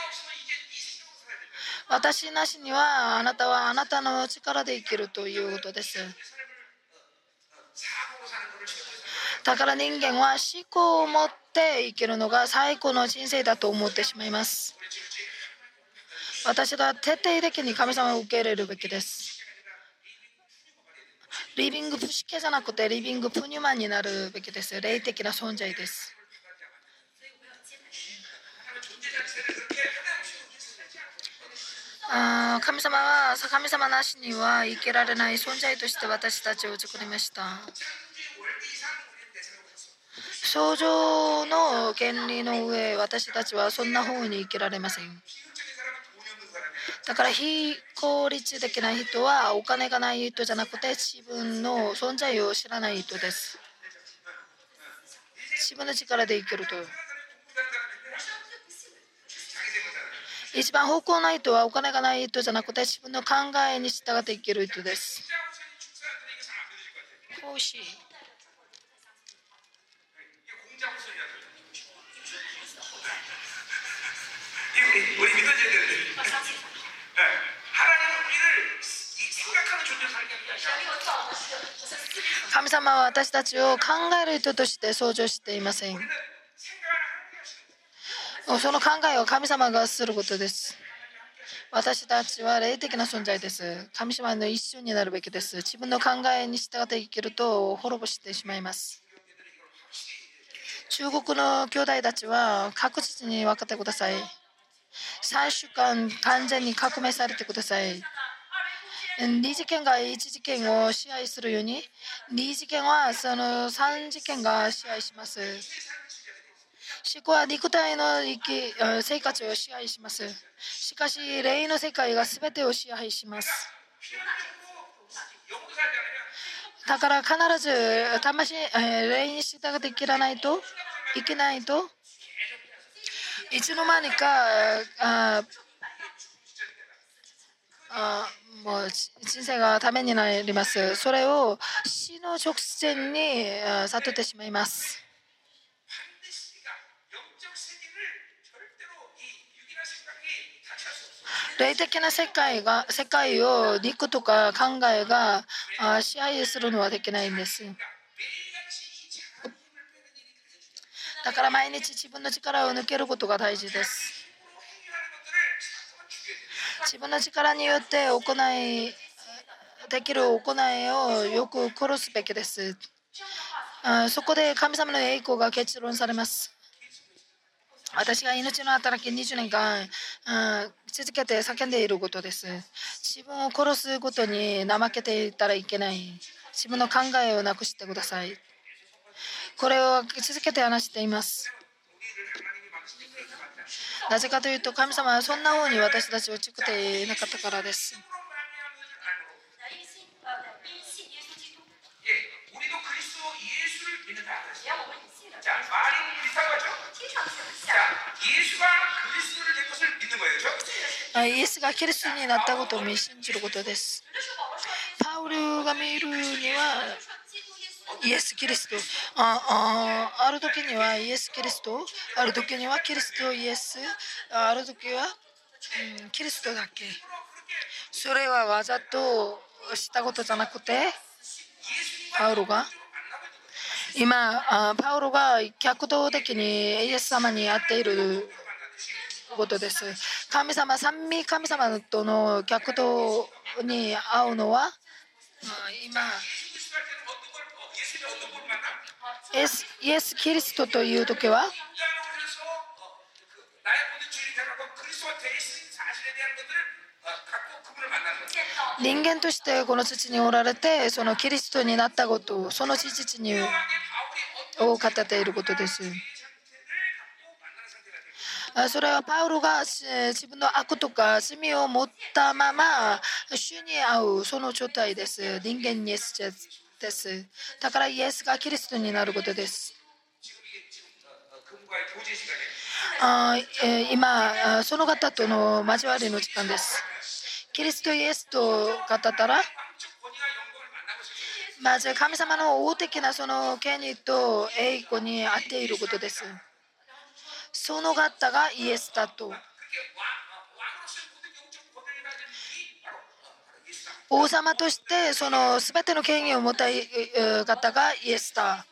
私なしにはあなたはあなたの力で生きるということです。だから人間は思考を持って生きるのが最高の人生だと思ってしまいます。私が徹底的に神様を受け入れるべきです。リビングプシケじゃなくてリビングプニュマンになるべきです。霊的な存在です。神様は神様なしには生きられない存在として私たちを作りました。創造の原理の上、私たちはそんな風に生きられません。だから非効率的な人はお金がない人じゃなくて自分の存在を知らない人です。自分の力で生きると。一番方向な人はお金がない人じゃなくて自分の考えに従って生きる人です。奉仕。神様は私たちを考える人として創造していません。その考えを神様がすることです。私たちは霊的な存在です。神様の一緒になるべきです。自分の考えに従って生きると滅ぼしてしまいます。中国の兄弟たちは確実に分かってください。3週間完全に革命されてください。2次元が1次元を支配するように、2次元はその3次元が支配します。思考は肉体の生活を支配します。しかし、霊の世界が全てを支配します。だから必ず魂、霊に従って生きらないといけないと、いつの間にかもう人生がためになります。それを死の直前に悟ってしまいます。霊的な世界を肉とか考えが支配するのはできないんです。だから毎日自分の力を抜けることが大事です。自分の力によってできる行いをよく殺すべきです。そこで神様の栄光が結論されます。私が命の働き20年間続けて叫んでいることです。自分を殺すことに怠けていたらいけない。自分の考えをなくしてください。これを続けて話しています。なぜかというと神様はそんな風に私たちを作っていなかったからです。イエスがキリストになったことを信じることです。パウルが見るにはイエス・キリスト、ある時にはイエス・キリスト、ある時にはキリスト・イエス、ある時は、キリストだけ。それはわざとしたことじゃなくて、パウロが今パウロが客動的にイエス様に会っていることです。三位神様との客動に会うのは今イエス・キリストという時は人間としてこの土におられてそのキリストになったことその事実を語っていることです。それはパウロが自分の悪とか罪を持ったまま主に会うその状態です。人間にです。だからイエスがキリストになることです。今、その方との交わりの時間です。キリストイエスと語ったら、まず神様の王的なその権威と栄光にあっていることです。その方がイエスだと。王様としてその全ての権威を持った方がイエスだ。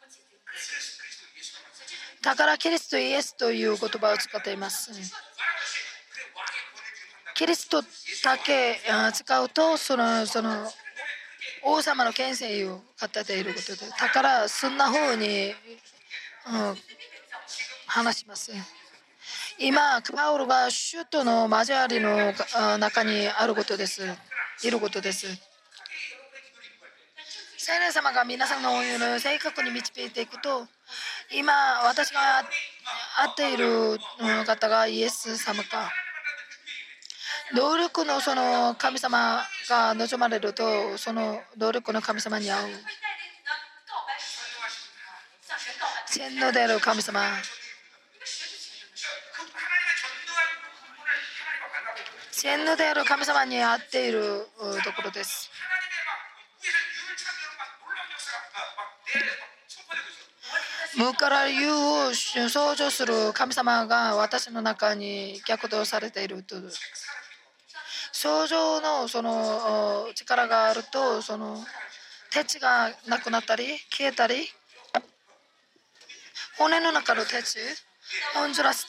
だからキリストイエスという言葉を使っています。キリストだけ使うとその王様の権勢を語っていることで、だからそんな風に、話します。今パウロが主との交わりの中にあることです。いることです。聖霊様が皆さんのお湯の正確に導いていくと、今私が会っている方がイエス様か、能力のその神様が望まれると、その能力の神様に会う。全能である神様、全能である神様に会っているところです。無から有を創造する神様が私の中に逆動されていると。創造のその力があると、その鉄がなくなったり消えたり、骨の中の鉄をずらして、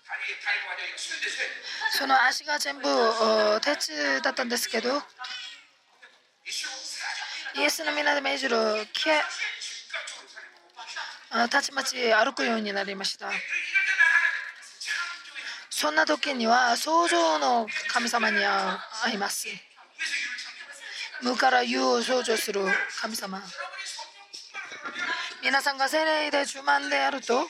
その足が全部鉄だったんですけど、イエスの皆で命じるたちまち歩くようになりました。そんな時には創造の神様に会います。無から有を創造する神様、皆さんが聖霊で充満であると、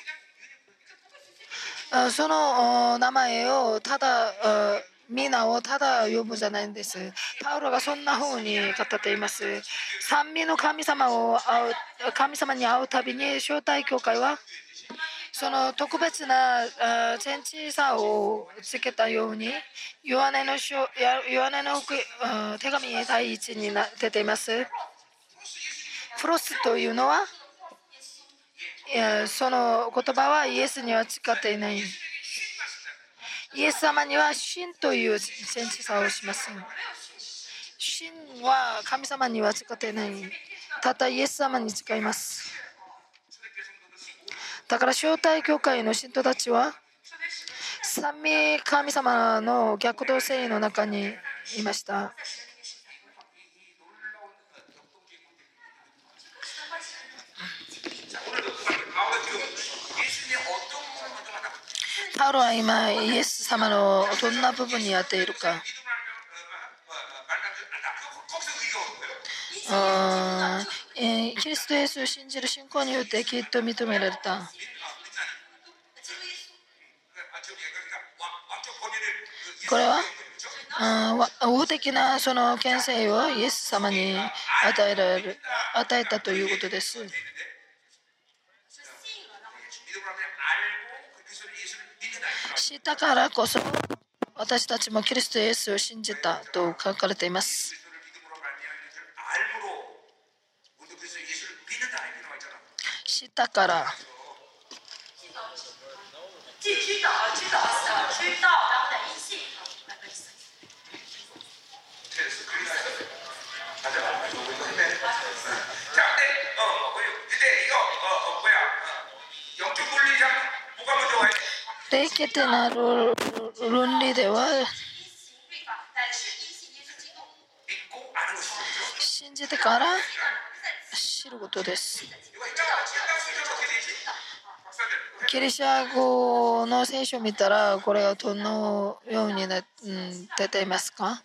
その名前をただ皆をただ呼ぶじゃないんです。パウロがそんな風に語っています。三位の神様に会うたびに招待教会はその特別な天地さをつけたように、ヨハネの手紙第一に出ています。プロスというのは、その言葉はイエスには使っていない。イエス様には神という天地さをします。神は神様には使っていない。ただイエス様に使います。だから招待教会の信徒たちは三位神様の逆動性の中にいました。パウロは今イエス様のどんな部分にやっているか、キリストイエスを信じる信仰によってきっと認められた。これは王的なその権勢をイエス様に与えたということです。知ったからこそ私たちもキリストイエスを信じたと書かれています。知ったから、霊的な論理では信じてから知ることです。ギリシャ語の聖書を見たらこれはどのように出ていますか？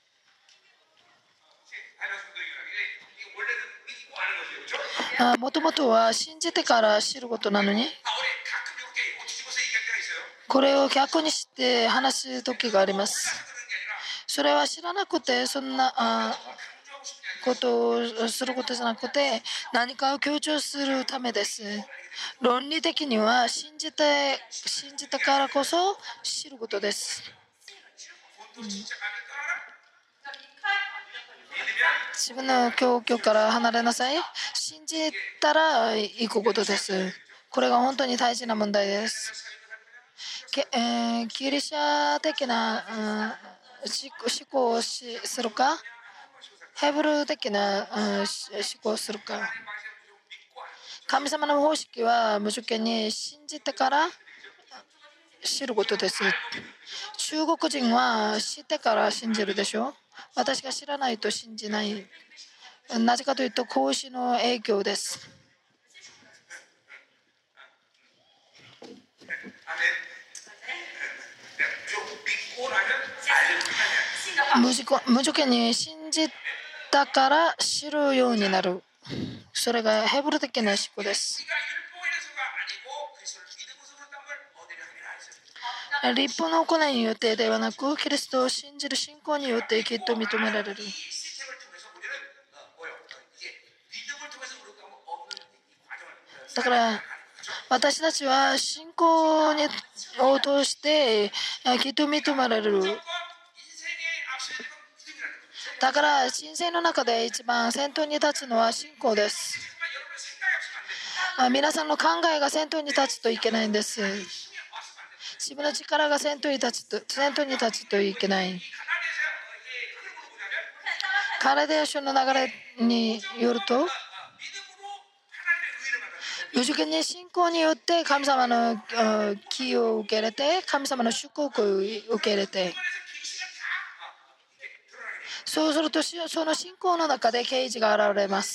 もともとは信じてから知ることなのに、これを逆にして話す時があります。それは知らなくてそんなことをすることじゃなくて、何かを強調するためです。論理的には信じたからこそ知ることです。自分の教教から離れなさい。信じたら行くことです。これが本当に大事な問題です。ギリシャ的な、思考をするか、ヘブル的な、思考をするか。神様の方式は無条件に信じてから知ることです。中国人は知ってから信じるでしょう。私が知らないと信じない。なぜかというと孔子の影響です。無条件に信じたから知るようになる。それがヘブル的な思考です。立法の行いによってではなく、キリストを信じる信仰によってきっと認められる。だから私たちは信仰を通してきっと認められる。だから人生の中で一番先頭に立つのは信仰です。皆さんの考えが先頭に立つといけないんです。自分の力が先頭に立つといけない。カラデア書の流れによると、無条件に信仰によって神様の気を受け入れて、神様の祝福を受け入れて、そうするとその信仰の中で啓示が現れます。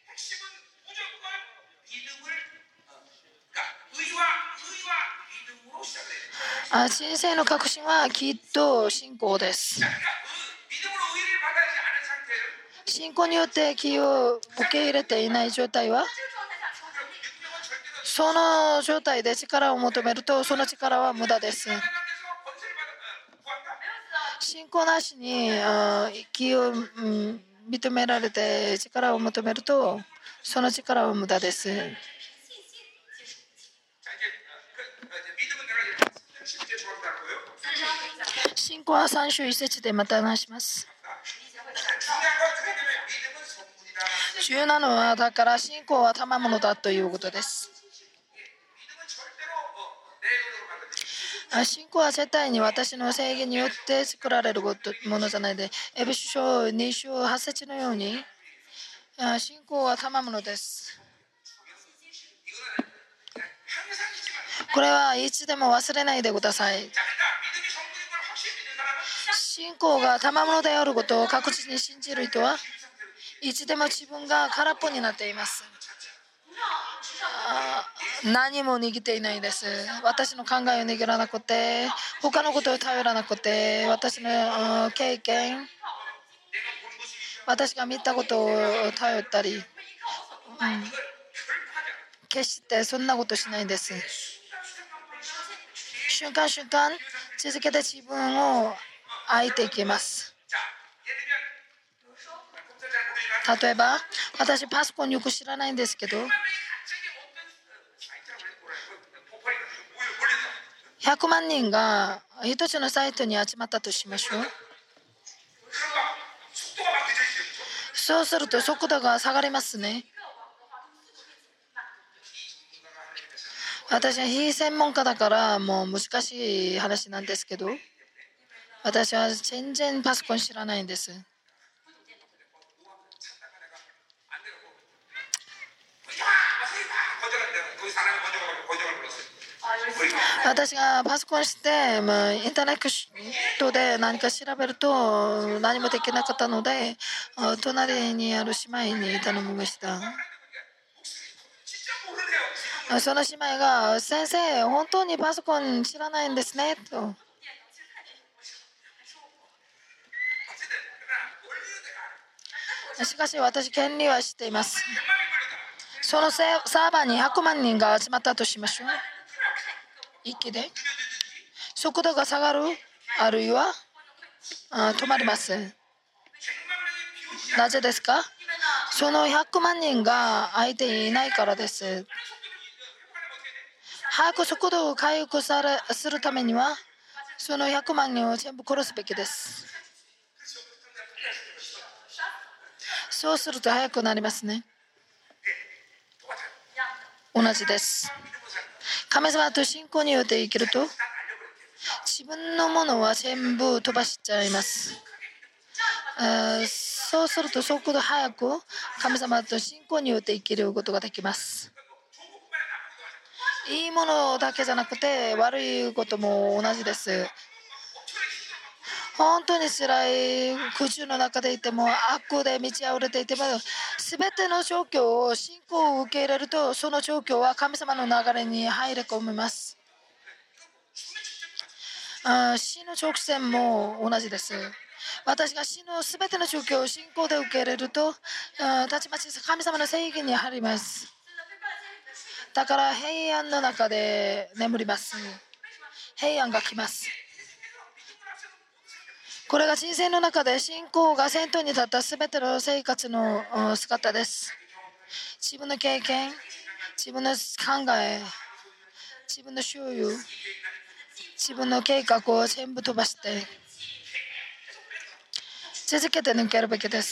人生の確信はきっと信仰です。信仰によって気を受け入れていない状態は、その状態で力を求めると、その力は無駄です。信仰なしに気を認められて力を求めると、その力は無駄です。信仰は3章1節でまた話します。重要なのは、だから信仰は賜物だということです。信仰は絶対に私の制限によって作られるものじゃないで、エペソ書2章8節のように、信仰は賜物です。これはいつでも忘れないでください。信仰が賜物であることを確実に信じる人はいつでも自分が空っぽになっています。何も握っていないです。私の考えを握らなくて、他のことを頼らなくて、私の経験、私が見たことを頼ったり、決してそんなことしないんです。瞬間瞬間続けて自分を愛っていきます。例えば、私パソコンよく知らないんですけど、100万人が一つのサイトに集まったとしましょう。そうすると速度が下がりますね。私は非専門家だからもう難しい話なんですけど、私は全然パソコン知らないんです。私がパソコンしてインターネットで何か調べると何もできなかったので、隣にある姉妹に頼みました。その姉妹が、先生本当にパソコン知らないんですねと。しかし私権利は知っています。そのサーバーに100万人が集まったとしましょう。一気で速度が下がる、あるいは止まります。 なぜですか？その100万人が相手にいないからです。早く速度を回復するためには、その100万人を全部殺すべきです。そうすると早くなりますね。同じです。神様と信仰によって生きると、自分のものは全部飛ばしちゃいます。そうすると速度早く神様と信仰によって生きることができます。いいものだけじゃなくて悪いことも同じです。本当に辛い苦渋の中でいても、悪で満ち溢れていても、全ての状況を信仰を受け入れると、その状況は神様の流れに入り込みます。死の直線も同じです。私が死の全ての状況を信仰で受け入れると、たちまち神様の正義に入ります。だから平安の中で眠ります。平安が来ます。これが人生の中で信仰が先頭に立った全ての生活の姿です。自分の経験、自分の考え、自分の周囲、自分の計画を全部飛ばして続けて抜けるべきです。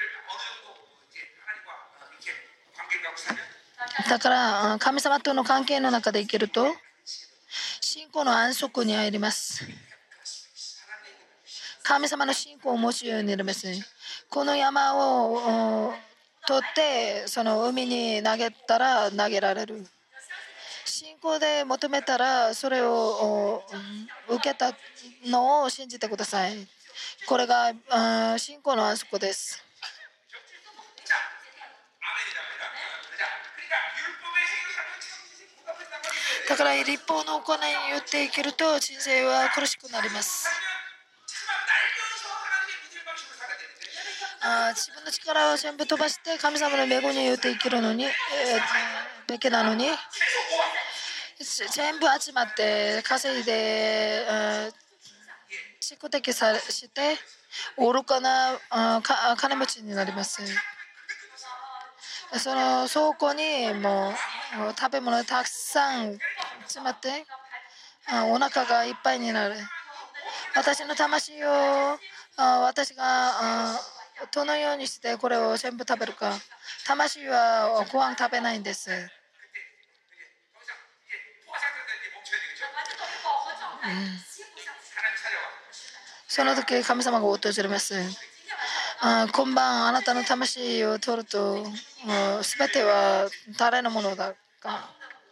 だから神様との関係の中で生きると信仰の安息に入ります。神様の信仰を持つようになります。この山を取ってその海に投げたら投げられる。信仰で求めたらそれを受けたのを信じてください。これが信仰の安息です。だから立法の行いによって生きると人生は苦しくなります。自分の力を全部飛ばして神様の恵みによって生きるのに、べきなのに全部集まって稼いで蓄積して愚かな金持ちになります。その倉庫にもう食べ物たくさん詰まってお腹がいっぱいになる。私の魂を私がどのようにしてこれを全部食べるか。魂はご飯食べないんです。その時神様が訪れます。今晩あなたの魂を取ると全ては誰のものだか。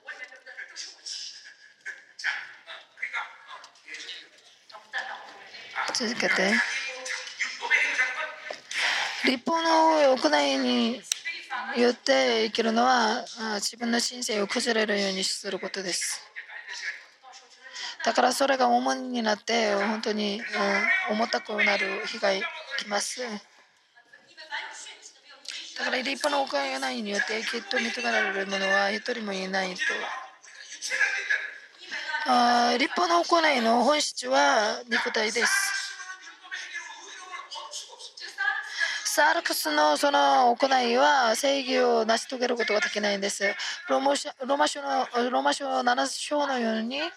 続けて立法の行いによって生きるのは自分の人生を崩れるようにすることです。だからそれが重荷になって本当に重たくなる日が来ます。だから立法の行いによってきっと認められるものは一人もいないと。立法の行いの本質は肉体です。サルクスのその行いは正義を成し遂げることができないんです。ローマ書7章のように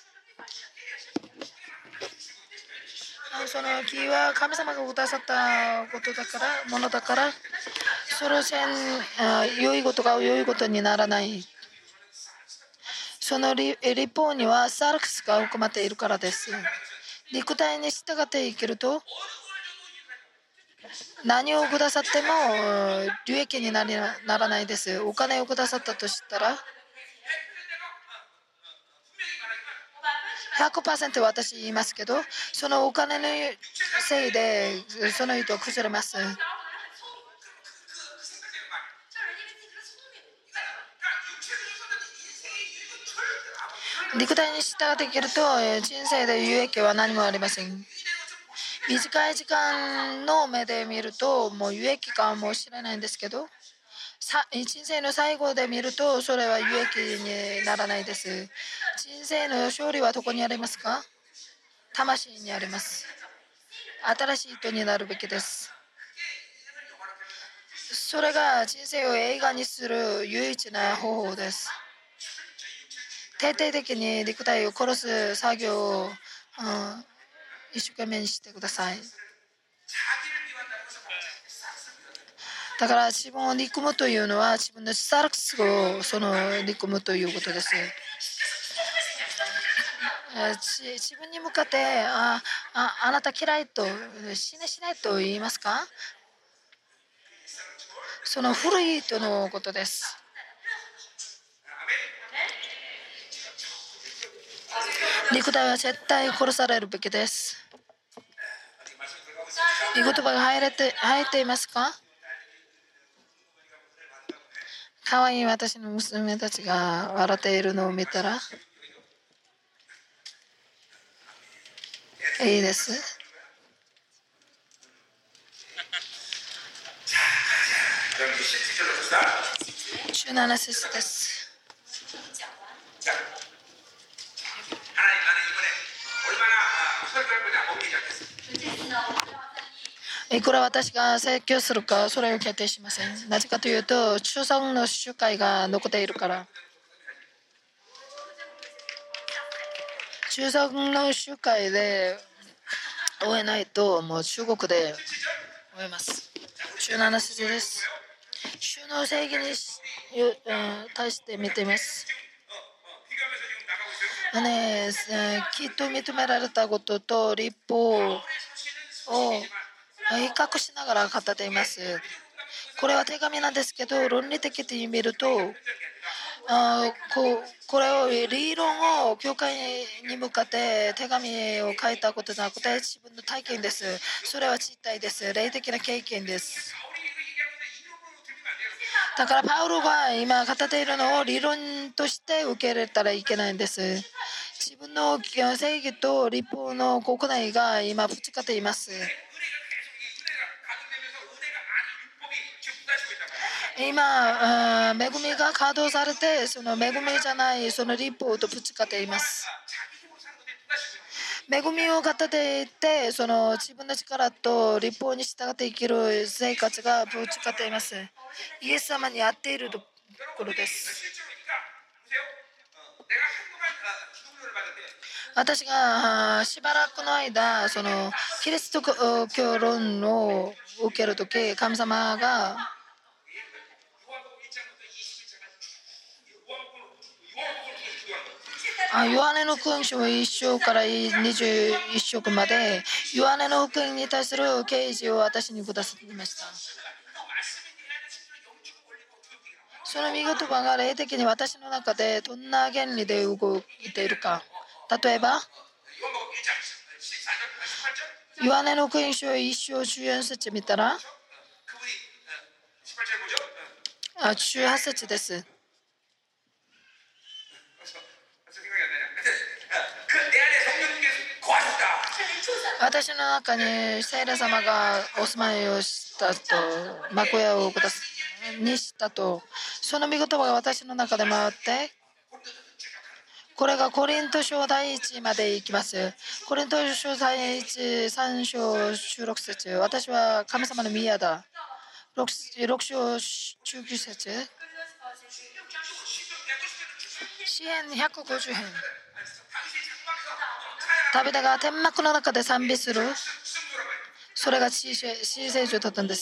その木は神様がくださったことだからものだからその良いことが良いことにならない。その立法にはサルクスが含まっているからです。肉体に従って生きると何をくださっても利益にならないです。お金をくださったとしたら100% 私言いますけどそのお金のせいでその人は崩れます。肉体に従っていけると人生で有益は何もありません。短い時間の目で見るともう有益かもしれないんですけど人生の最後で見るとそれは有益にならないです。人生の勝利はどこにありますか？魂にあります。新しい人になるべきです。 それが人生を映画にする唯一な方法です。徹底的に肉体を殺す作業を、一生懸命にしてください。だから自分を憎むというのは自分のスタルクスを憎むということです。自分に向かってあなた嫌いと死ねしないと言いますか。その古いとのことです。肉体は絶対殺されるべきです。御言葉が入っていますか。かわいい私の娘たちが笑っているのを見たらいいです。17節です。いくら私が説教するかそれを決定しません。なぜかというと中産の集会が残っているから。中産の集会で終えないともう中国で終えます。17節です。主の正義に対して見ています。きっと認められたことと立法を比較しながら語っています。これは手紙なんですけど論理的に見るとこれを理論を教会に向かって手紙を書いたことじゃなくて自分の体験です。それは実体です。霊的な経験です。だからパウロが今語っているのを理論として受け入れたらいけないんです。自分の正義と立法の国内が今ぶつかっています。今、恵みが稼働されて、その恵みじゃないその立法とぶつかっています。恵みを語っていて、その自分の力と立法に従って生きる生活がぶつかっています。イエス様に合っているところです。私がしばらくの間そのキリスト教論を受けるとき、神様がヨハネの福音書1章から21章までヨハネの福音に対する啓示を私にくださいました。その見言葉が霊的に私の中でどんな原理で動いているか。例えばヨハネの福音書1章14節見たら18節です。私の中に聖霊様がお住まいをしたと、幕屋をにしたと、その御言葉が私の中で回って、これがコリント書第1まで行きます。コリント書第1、3章16節、私は神様の宮だ。6章19節、詩編150編。ダビデが天幕の中で賛美する、それが詩聖書だったんです。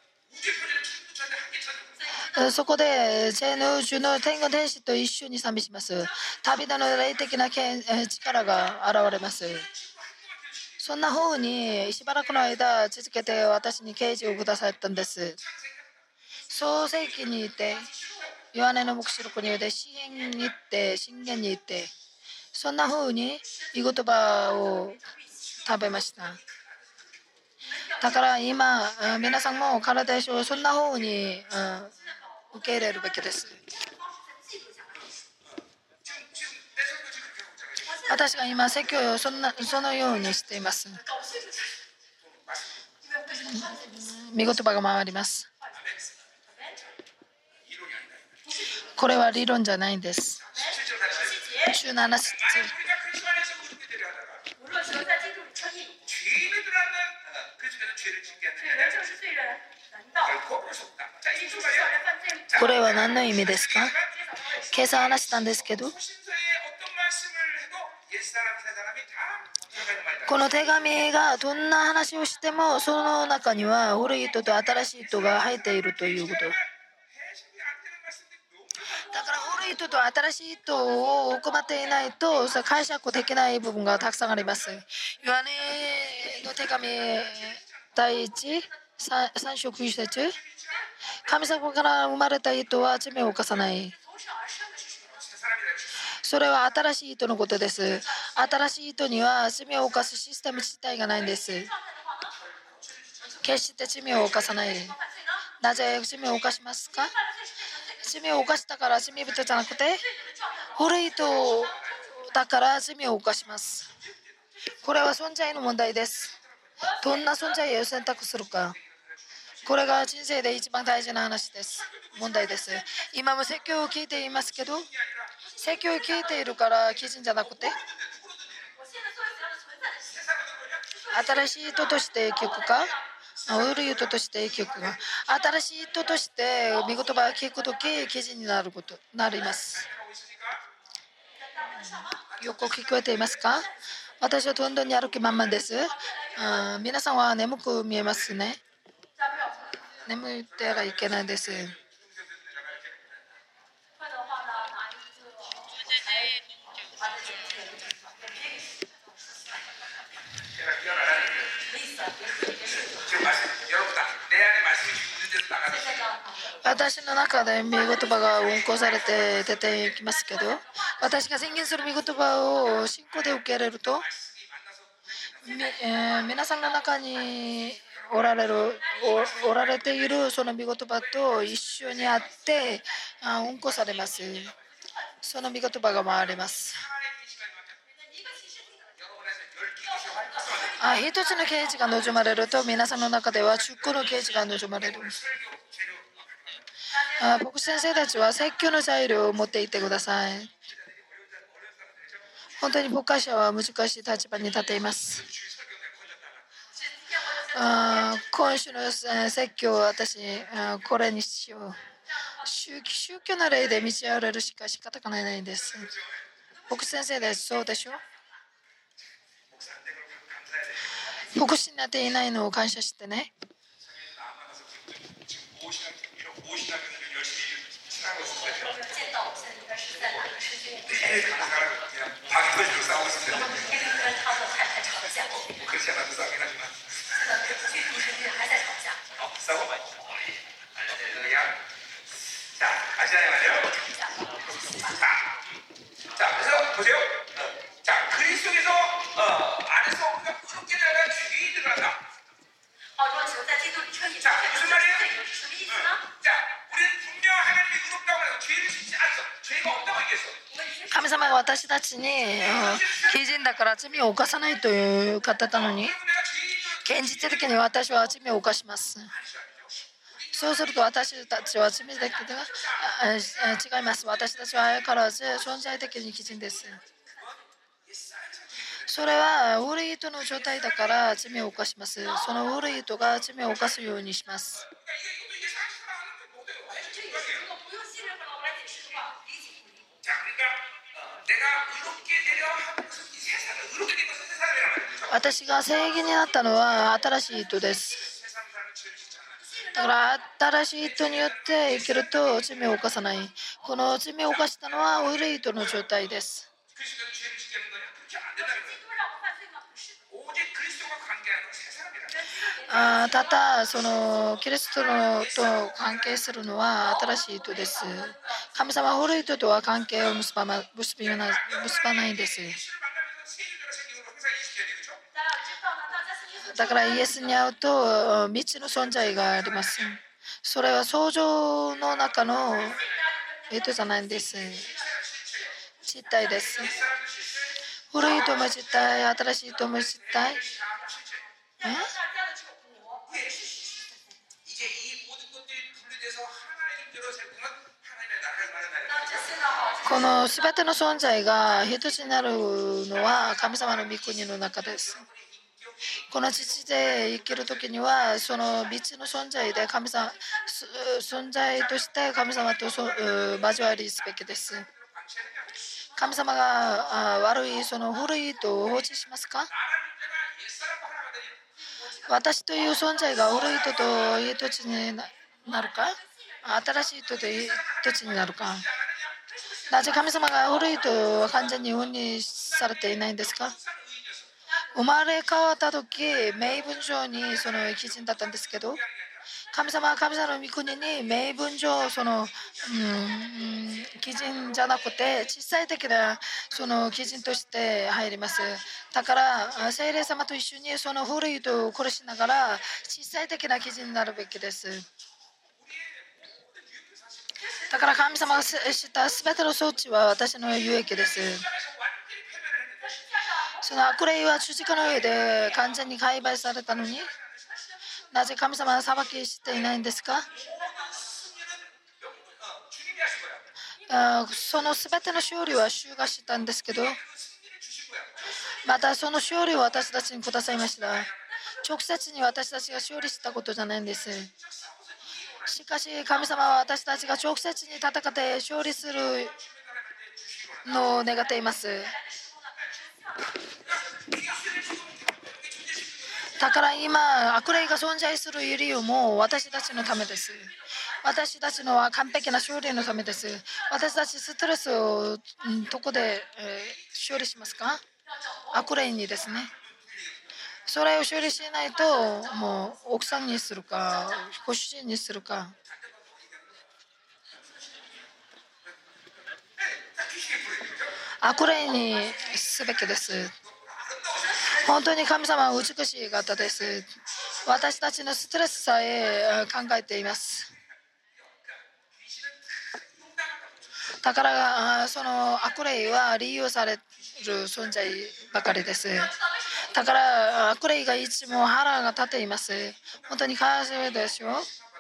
そこで全宇宙の天国天使と一緒に賛美します。ダビデの霊的な力が現れます。そんな風にしばらくの間続けて私に啓示をくださったんです。創世記にいて、ヨハネの黙示録にいて、詩篇に行って、箴言に行って、そんな風に御言葉を食べました。だから今皆さんも体でしょう、そんな風に受け入れるべきです。私が今説教をそのようにしています。御言葉が回ります。これは理論じゃないんです。17節、 これは何の意味ですか？今朝話したんですけど、この手紙がどんな話をしてもその中には古い人と新しい人が入っているということだから、古い人と新しい人を行っていないと解釈できない部分がたくさんあります。ヨハネの手紙第3章9節、神様から生まれた人は罪を犯さない。それは新しい人のことです。新しい人には罪を犯すシステム自体がないんです。決して罪を犯さない。なぜ罪を犯しますか？罪を犯したから罪人じゃなくて、古い人だから罪を犯します。これは存在の問題です。どんな存在を選択するか、これが人生で一番大事な話です。問題です。今も説教を聞いていますけど、説教を聞いているから基準じゃなくて、新しい人として聞くか、古い人として聞くか。新しい人として見言葉を聞くとき基準になります。よく聞こえていますか？私はどんどんやる気満々です。皆さんは眠く見えますね。眠ってはいけないです。私の中で御言葉が運行されて出てきますけど、私が宣言する御言葉を信仰で受け入れると、皆さんの中におられているその御言葉と一緒にあって運行されます。その御言葉が回ります。一つの啓示が望まれると、皆さんの中では10個の啓示が望まれる。牧師先生たちは説教の材料を持っていってください。本当に牧会者は難しい立場に立っています。今週の説教を私これにしよう。宗教の例で道あれるしか仕方がないんです。牧師先生です。そうでしょう。牧師になっていないのを感謝してね。神様が私たちに義人だから罪を犯さないという方なのに、現実的に私は罪を犯します。そうすると私たちは罪的では違います。私たちは相変わらず存在的に義人です。それは悪い人の状態だから罪を犯します。その悪い人が罪を犯すようにします。私が正義になったのは新しい人です。だから新しい人によって生きると罪を犯さない。この罪を犯したのは悪い人の状態です。ただそのキリストと関係するのは新しい人です。神様は古い人とは関係を結ばないんです。だからイエスに会うと3つの存在があります。それは想像の中の人じゃないんです。実体です。古い人も実体、新しい人も実体。このすべての存在が一つになるのは神様の御国の中です。 この地で生きるときには、その道の存在で存在として神様と交わりすべきです。神様が悪いその古い人を放置しますか？私という存在が古い人といい土地になるか？新しい人といい土地になるか？なぜ神様が古い人を完全に分離されていないんですか？生まれ変わった時、名分上にその基準だったんですけど、神様は神様の御国に名分上基準じゃなくて小さい的なその基準として入ります。だから聖霊様と一緒にその古い人を殺しながら小さい的な基準になるべきです。だから神様がしたすべての装置は私の有益です。その悪霊は十字架の上で完全に解体されたのに、なぜ神様は裁きしていないんですか？そのすべての勝利は主がしたんですけど、またその勝利を私たちにくださいました。直接に私たちが勝利したことじゃないんです。しかし神様は私たちが直接に戦って勝利するのを願っています。だから今悪霊が存在する理由も私たちのためです。私たちのは完璧な勝利のためです。私たちストレスをどこで、勝利しますか？悪霊にですね。それを処理しないともう奥さんにするかご主人にするか、悪霊にすべきです。本当に神様は美しい方です。私たちのストレスさえ考えています。だからその悪霊は利用される存在ばかりです。だから悪霊がいつも腹が立っています。本当にかわいそうでしょ。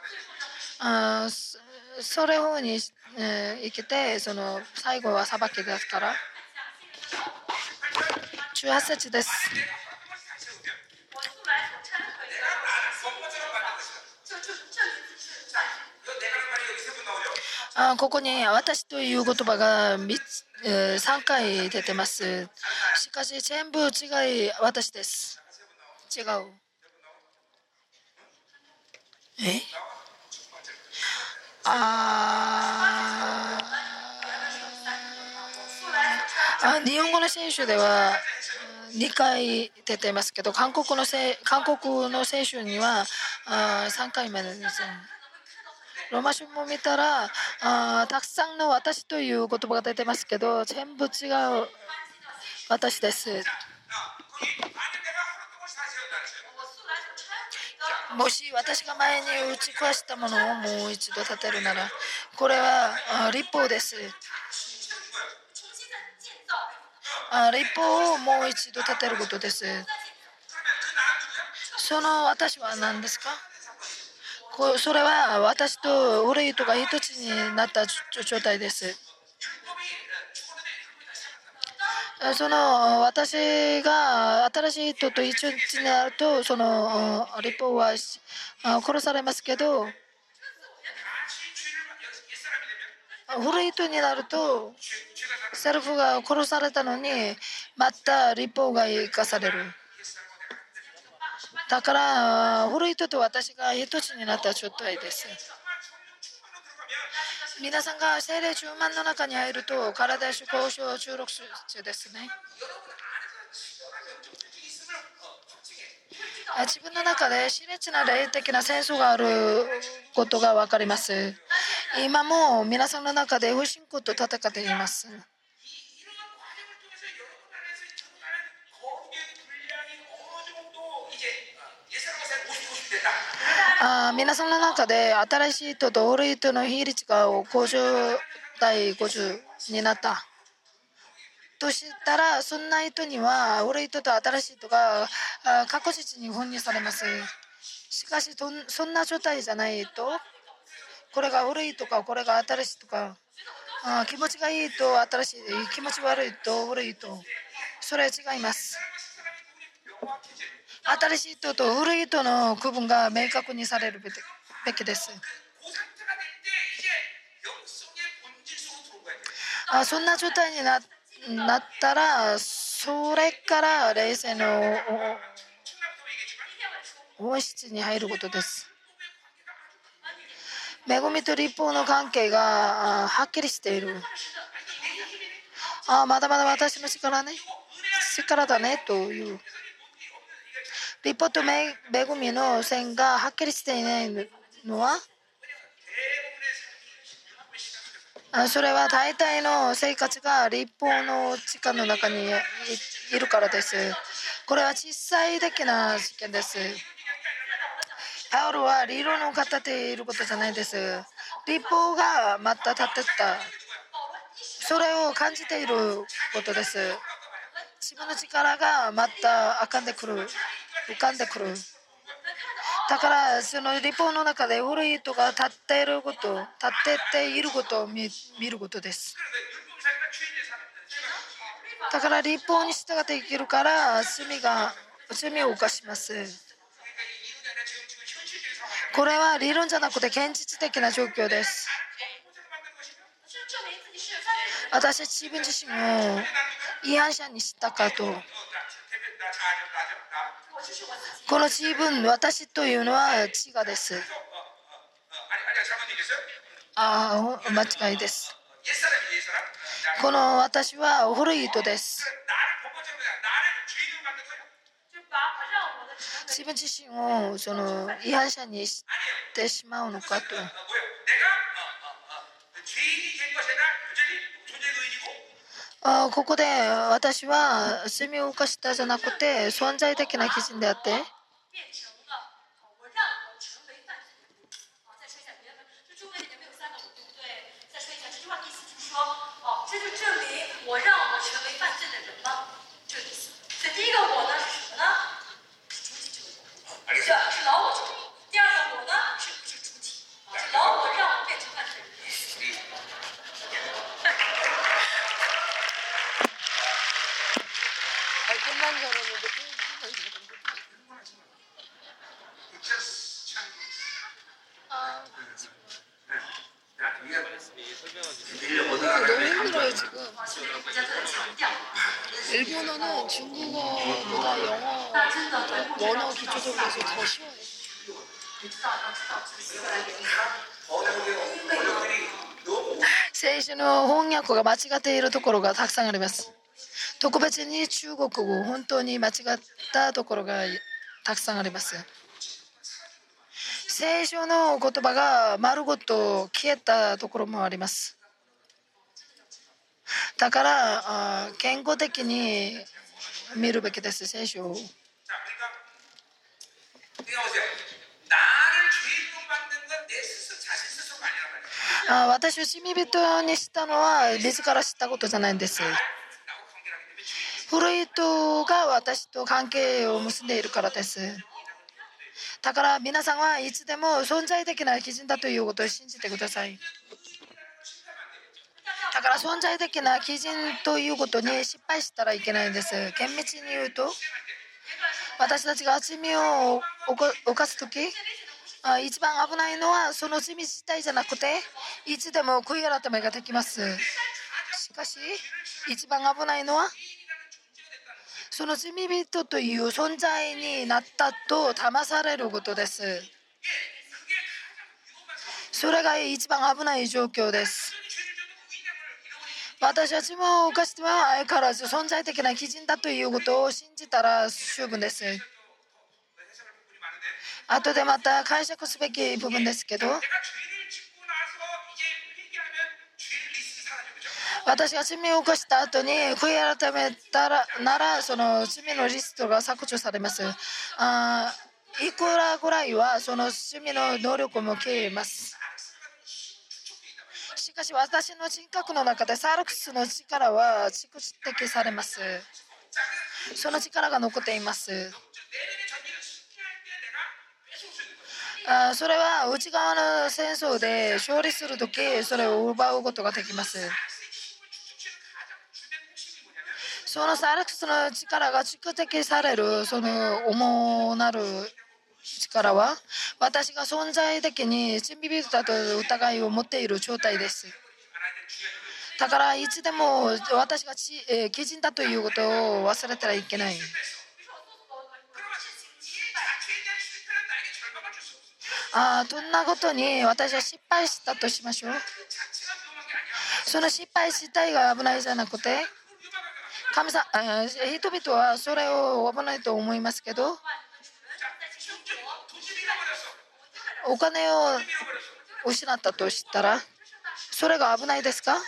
それをに、生きてその最後は裁きですから。18節です。ここに私という言葉が3回出てます。しかし全部違い私です。違う。日本語の聖書では2回出ていますけど、韓国の聖書には3回目です。ローマ書も見たらたくさんの私という言葉が出てますけど、全部違う私です。もし私が前に打ち壊したものをもう一度建てるなら、これは立法です。立法をもう一度建てることです。その私は何ですか？それは私と古い人が一つになった状態です。その私が新しい人と一緒になると、その立法は殺されますけど、古い人になるとセルフが殺されたのにまた立法が生かされる。だから古い人と私が一つになった状態です。皆さんが聖霊充満の中に入ると体主交渉16種ですね。自分の中で熾烈な霊的な戦争があることが分かります。今も皆さんの中で不信仰と戦っています。皆さんの中で新しい人と古い人の比率が50対50になったとしたら、そんな人には古い人と新しい人が確実に分離されます。しかしそんな状態じゃないと、これが古いとかこれが新しいとか、気持ちがいいと新しい、気持ち悪いと古いと、それは違います。 新しい人と古い人の区分が明確にされるべきです。そんな状態になったら、それから霊性の本質に入ることです。恵みと立法の関係がはっきりしている。まだまだ私の力だねという。立法と恵みの線がはっきりしていないのは、それは大体の生活が立法の力の中にいるからです。これは実際的な事件です。パウロは理論を語っていることじゃないです。立法がまた立ってた。それを感じていることです。自分の力がまた浮かんでくる。だからその立法の中で古い人が立っていることを見ることです。だから立法に従って生きるから罪を犯します。これは理論じゃなくて現実的な状況です。私自分自身を違反者にしたかと。この自分、私というのは自我です。間違いです。この私は古い人です。自分自身をその違反者にしてしまうのかと。ここで私は罪を犯したじゃなくて存在的な基準であって、일본어는 중국어보다 원어 기초적으로 더 쉬워요. 聖書の翻訳が間違っているところがたくさんあります。特別に中国語、本当に間違ったところがたくさんあります。聖書の言葉が丸ごと消えたところもあります。だから言語的に見るべきです、聖書を。私を罪人にしたのは自ら知ったことじゃないんです。古い人が私と関係を結んでいるからです。だから皆さんはいつでも存在的な基準だということを信じてください。だから存在的な基準ということに失敗したらいけないんです。厳密に言うと、私たちが罪を犯すとき、一番危ないのはその罪自体じゃなくて、いつでも悔い改めができます。しかし一番危ないのはその罪人という存在になったと騙されることです。それが一番危ない状況です。私たちも犯しては相変わらず存在的な基準だということを信じたら十分です。後でまた解釈すべき部分ですけど、私が罪を犯した後に悔い改めたらなら、その罪のリストが削除されます。いくらぐらいはその罪の能力も消えます。しかし私の人格の中でサルクスの力は蓄積されます。その力が残っています。それは内側の戦争で勝利するとき、それを奪うことができます。 そのサルクスの力が蓄積されるその主なる力は、私が存在的に神秘ビルだと疑いを持っている状態です。だからいつでも私が鬼人だということを忘れたらいけない。どんなことに私は失敗したとしましょう。その失敗自体が危ないじゃなくて、人々はそれを危ないと思いますけど、お金を失ったとしたらそれが危ないですか？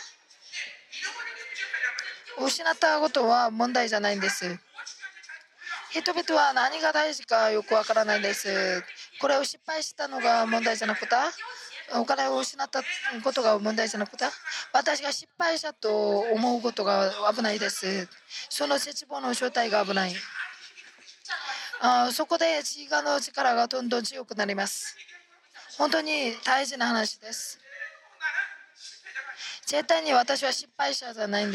失ったことは問題じゃないんです。人々は何が大事かよくわからないです。これを失敗したのが問題じゃなくて、お金を失ったことが問題じゃなくて、私が失敗したと思うことが危ないです。その絶望の状態が危ない。そこで自我の力がどんどん強くなります。本当に大事な話です。絶対に私は失敗者じゃないんです。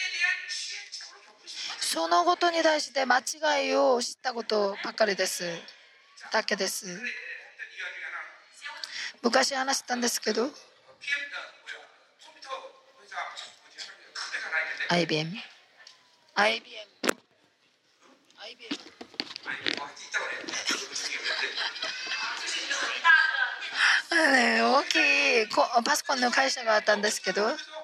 そのことに対して間違いを知ったことばかりです。だけです。昔話したんですけど、IBM。大きいパソコンの会社があったんですけど、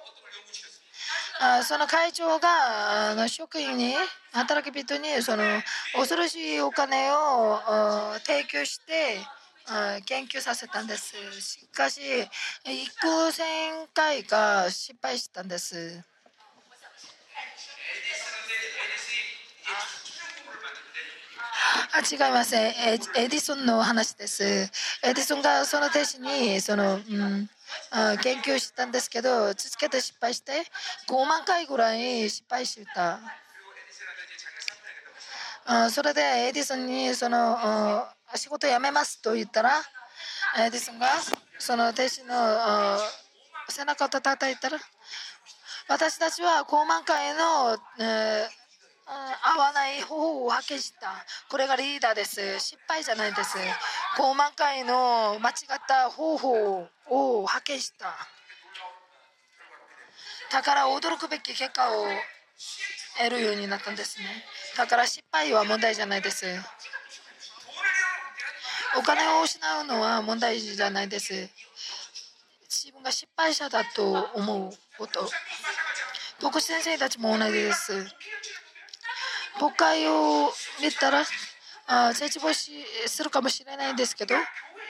その会長が職員に、働き人にその恐ろしいお金を提供して研究させたんです。しかし幾千回か失敗したんです。違います。エディソンの話です。エディソンがその弟子に研究したんですけど、続けて失敗して5万回ぐらい失敗した。それでエディソンに仕事辞めますと言ったら、エディソンがその弟子の背中を叩いたら、私たちは5万回の、合わない方法を発見した。これがリーダーです。失敗じゃないです。5万回の間違った方法を発見した。だから驚くべき結果を得るようになったんですね。だから失敗は問題じゃないです。お金を失うのは問題じゃないです。自分が失敗者だと思うこと。牧師先生たちも同じです。牧会を見たら絶望するかもしれないんですけど、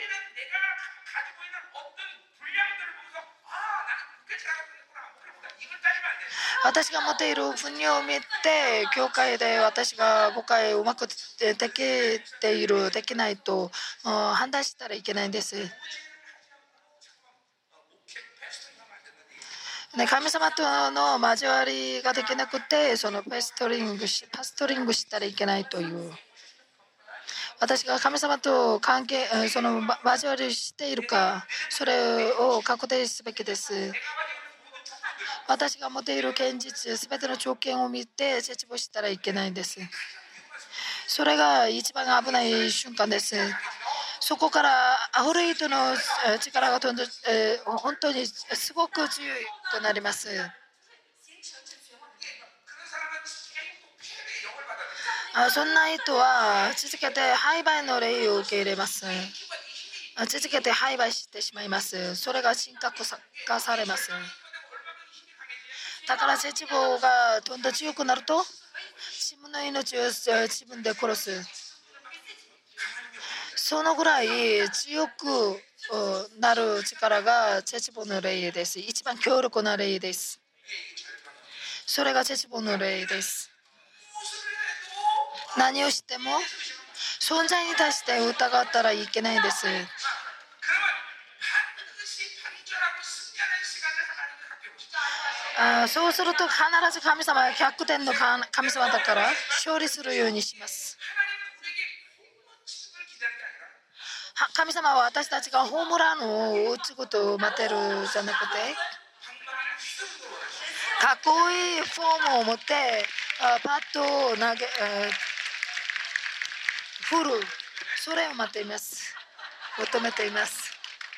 私が持っている分野を見て、教会で私が牧会をうまくできているできないと判断したらいけないんです。神様との交わりができなくて、そのパストリングしたらいけないという。私が神様と関係、その交わりしているか、それを確定すべきです。私が持っている現実、すべての条件を見て絶望したらいけないんです。それが一番危ない瞬間です。そこから溢れ人の力が本当にすごく強くなります。そんな人は続けて廃売の霊を受け入れます。続けて廃売してしまいます。それが神格化されます。だから絶望がどんどん強くなると、自分の命を自分で殺す。そのぐらい強くなる力が絶望の霊です。一番強力な霊です。それが絶望の霊です。何をしても存在に対して疑ったらいけないです。そうすると必ず神様は100点の神様だから勝利するようにします。神様は私たちがホームランを打つことを待ってるじゃなくて、かっこいいフォームを持ってパットを振る、それを待っています。求めています。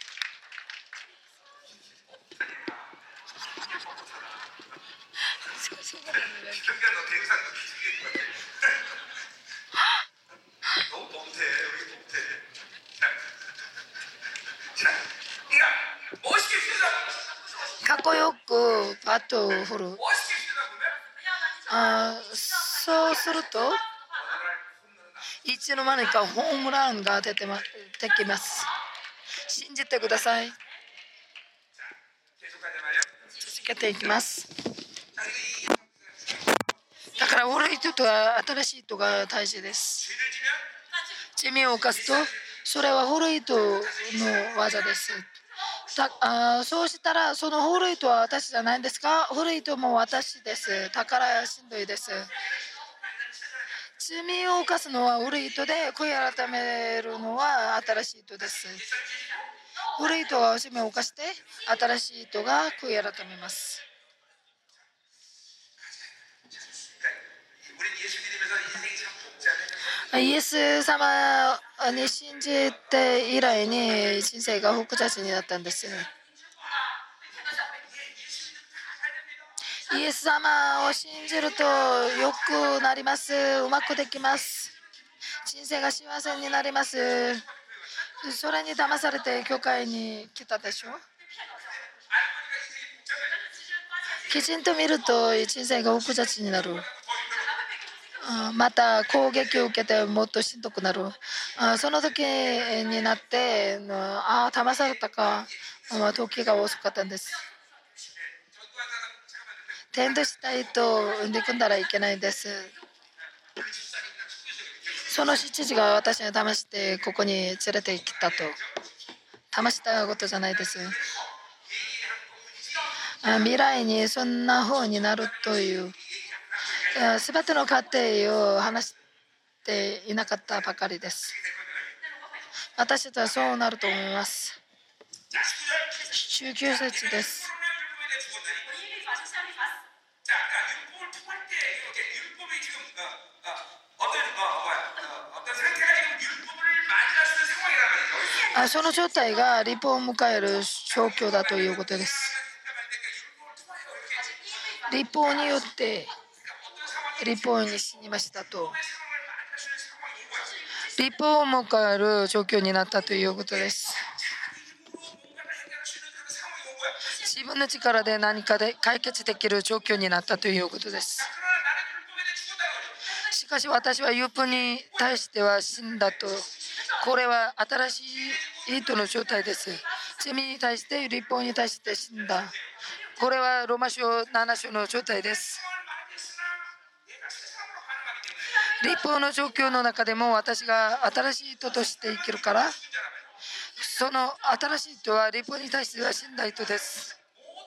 かっこよくパットを振る。そうするといつの間にかホームランが出てきます。信じてください。続けていきます。だから古い人と新しい人が大事です。罪を犯すとそれは古い人の技です。そうしたらその古い人は私じゃないんですか。古い人も私です。だからしんどいです。罪を犯すのは古い人で、悔い改めるのは新しい人です。古い人は罪を犯して新しい人が悔い改めます。イエス様に信じて以来に人生が複雑になったんです。イエス様を信じると良くなります。うまくできます。人生が幸せになります。それに騙されて教会に来たでしょ。きちんと見ると人生が複雑になる。また攻撃を受けてもっとしんどくなる。その時になって騙されたか、時が遅かったんです。転倒したいと憎んだらいけないんです。その父が私に騙してここに連れてきたと。騙したことじゃないです。未来にそんな風になるという全ての過程を話していなかったばかりです。私たちはそうなると思います。19節です。その状態が立法を迎える状況だということです。立法によって立法に死にましたと。立法を迎える状況になったということです。自分の力で何かで解決できる状況になったということです。しかし私は立法に対しては死んだと。これは新しい人の状態です。罪に対して立法に対して死んだ。これはローマ書7章の状態です。立法の状況の中でも私が新しい人として生きるから、その新しい人は立法に対しては死んだ人です。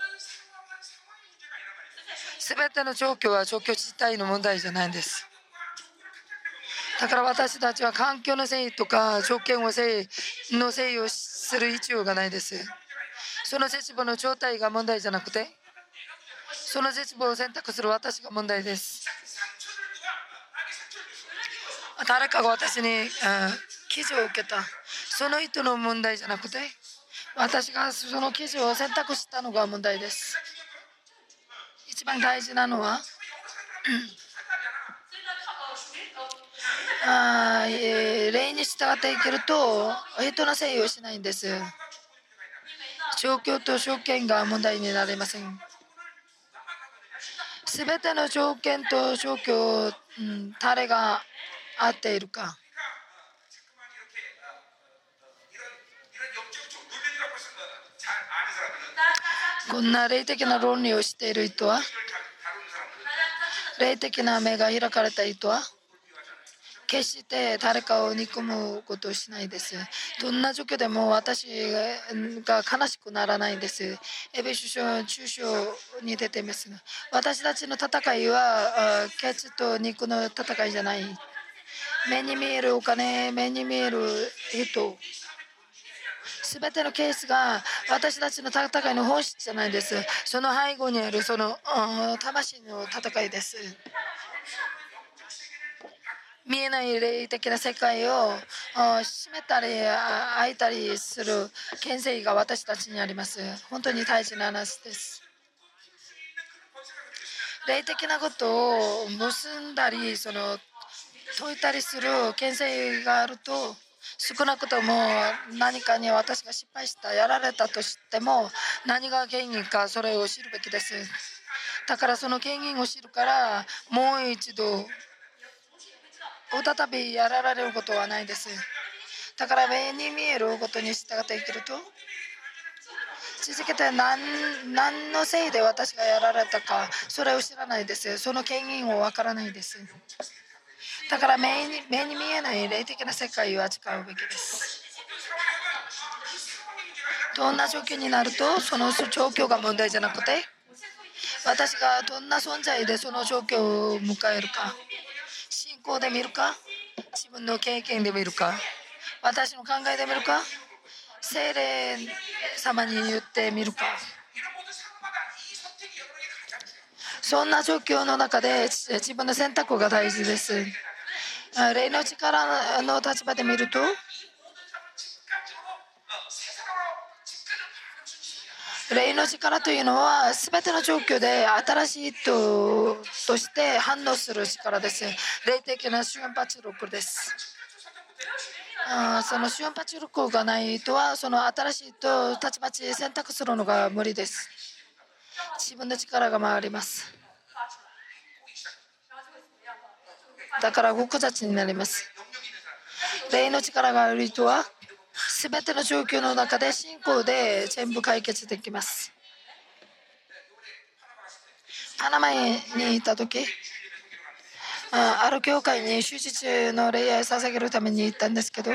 すべての状況は状況自体の問題じゃないんです。だから私たちは環境のせいとか条件のせいをする必要がないです。その絶望の状態が問題じゃなくて、その絶望を選択する私が問題です。誰かが私に記事を受けた、その人の問題じゃなくて、私がその記事を選択したのが問題です。一番大事なのは例に従って生きると人のせいをしないんです。状況と条件が問題になりません。すべての条件と状況、誰が合っているか。こんな霊的な論理をしている人は、霊的な目が開かれた人は決して誰かを憎むことをしないです。どんな状況でも私が悲しくならないんです。エベ書中章に出ています。私たちの戦いは血と肉の戦いじゃない。目に見えるお金、目に見える人、すべてのケースが私たちの戦いの本質じゃないです。その背後にあるその魂の戦いです。 見えない霊的な世界を閉めたり開いたりする権勢が私たちにあります。本当に大事な話です。霊的なことを結んだり解いたりする権勢があると、少なくとも何かに私が失敗したやられたとしても、何が原因かそれを知るべきです。だからその原因を知るから、もう一度再びやられることはないです。だから目に見えることに従って生きると、続けて何のせいで私がやられたか、それを知らないです。その原因をわからないです。だから目に見えない霊的な世界は誓うべきです。どんな状況になると、その状況が問題じゃなくて、私がどんな存在でその状況を迎えるか、信仰で見るか、自分の経験で見るか、私の考えで見るか、聖霊様に言ってみるか、そんな状況の中で自分の選択が大事です。霊の力の立場で見ると、霊の力というのは全ての状況で新しい人として反応する力です。霊的な瞬発力です。その瞬発力がない人は、その新しい人をたちまち選択するのが無理です。自分の力が回ります。だから複雑になります。霊の力がある人は全ての状況の中で信仰で全部解決できます。パナマにいた時、ある教会に終日の礼拝を捧げるために行ったんですけど、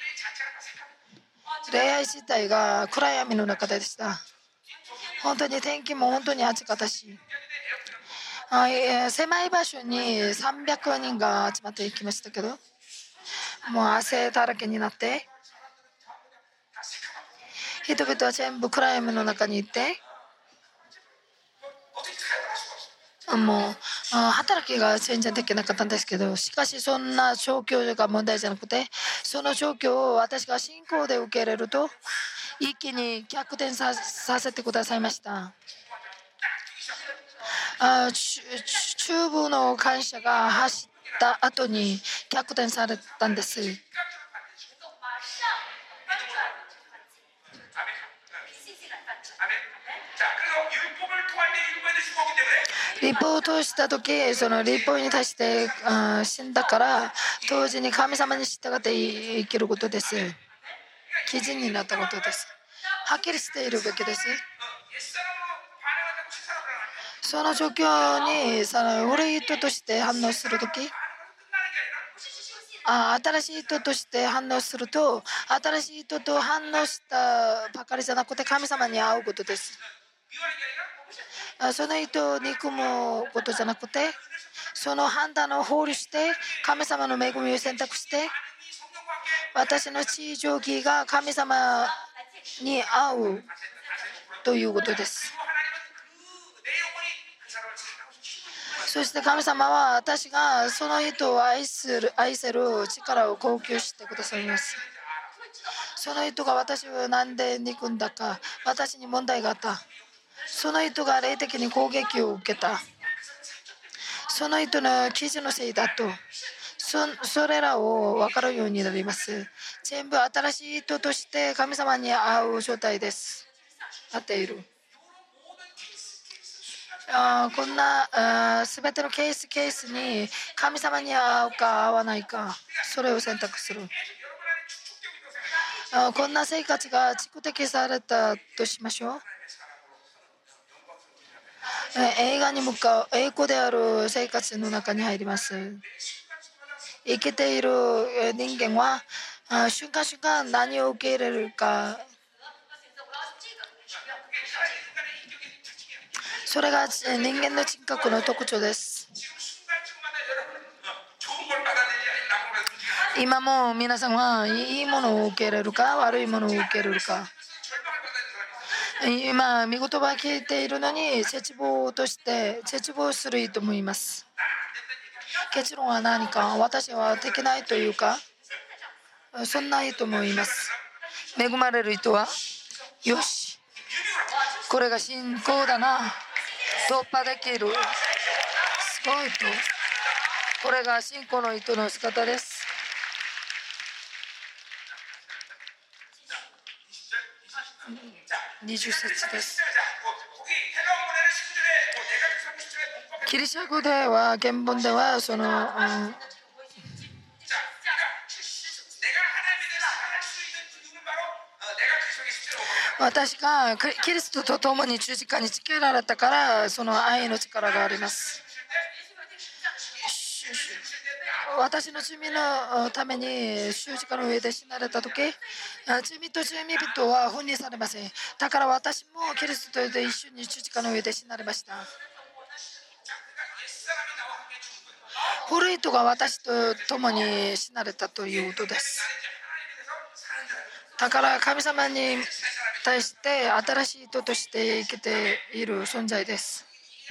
礼拝自体が暗闇の中でした。本当に天気も本当に暑かったし、狭い場所に300人が集まっていきましたけど、もう汗だらけになって、人々は全部暗闇の中にいて、もう働きが全然できなかったんですけど、しかしそんな状況が問題じゃなくて、その状況を私が信仰で受け入れると一気に逆転させてくださいました。中部の会社が走った後に逆転されたんです。立法を通した時、その立法に対して死んだから、同時に神様に従って生きることです。基準になったことです。はっきりしているべきです。その状況に古い人として反応するとき、新しい人として反応すると、新しい人と反応したばかりじゃなくて神様に会うことです。その人を憎むことじゃなくて、その判断を放慮して神様の恵みを選択して、私の地上義が神様に会うということです。そして神様は私がその人を愛せる力を供給してくださいます。その人が私を何で憎んだか、私に問題があった、その人が霊的に攻撃を受けた、その人の記事のせいだと、それらを分かるようになります。全部新しい人として神様に会う状態です。会っている。こんな全てのケースに神様に会うか会わないか、それを選択する。こんな生活が蓄積されたとしましょう。映画に向かう栄光である生活の中に入ります。生きている人間は瞬間瞬間何を受け入れるか、それが人間の人格の特徴です。今も皆さんはいいものを受け入れるか、悪いものを受け入れるか。今見言葉を聞いているのに絶望する人もいます。 結論は何か、私はできないというか、そんな人もいます。恵まれる人は、よし、これが信仰だな、突破できる、すごいと。これが信仰の人の姿です。20節です。ギリシャ語では、原文では私がキリストと共に十字架につけられたから、その愛の力があります。私の罪のために十字架の上で死なれたとき、罪と罪人は分離されません。だから私もキリストと一緒に十字架の上で死なれました。古い人が私と共に死なれたということです。だから神様に対して新しい人として生きている存在です。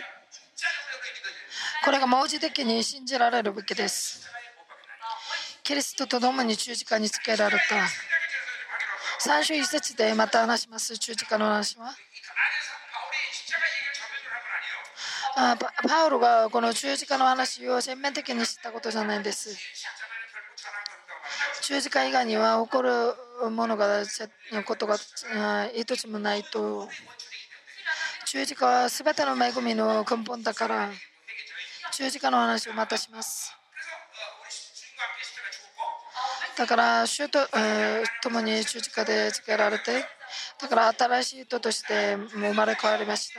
これが文字的に信じられるべきです。キリストと共に十字架につけられた。3章1節でまた話します。十字架の話はパウロがこの十字架の話を全面的に知ったことじゃないんです。十字架以外には起こるものがことが一つもないと。十字架は全ての恵みの根本だから、十字架の話をまたします。だから主と共に十字架でつけられて、だから新しい人として生まれ変わりました。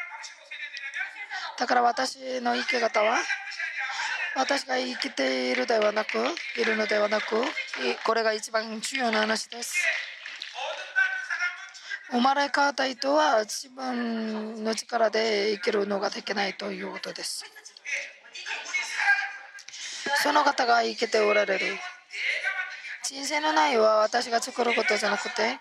だから私の生き方は、私が生きているではなく、いるのではなく、これが一番重要な話です。生まれ変わった人は自分の力で生きるのができないということです。その方が生きておられる。人生の内容は私が作ることじゃなくて、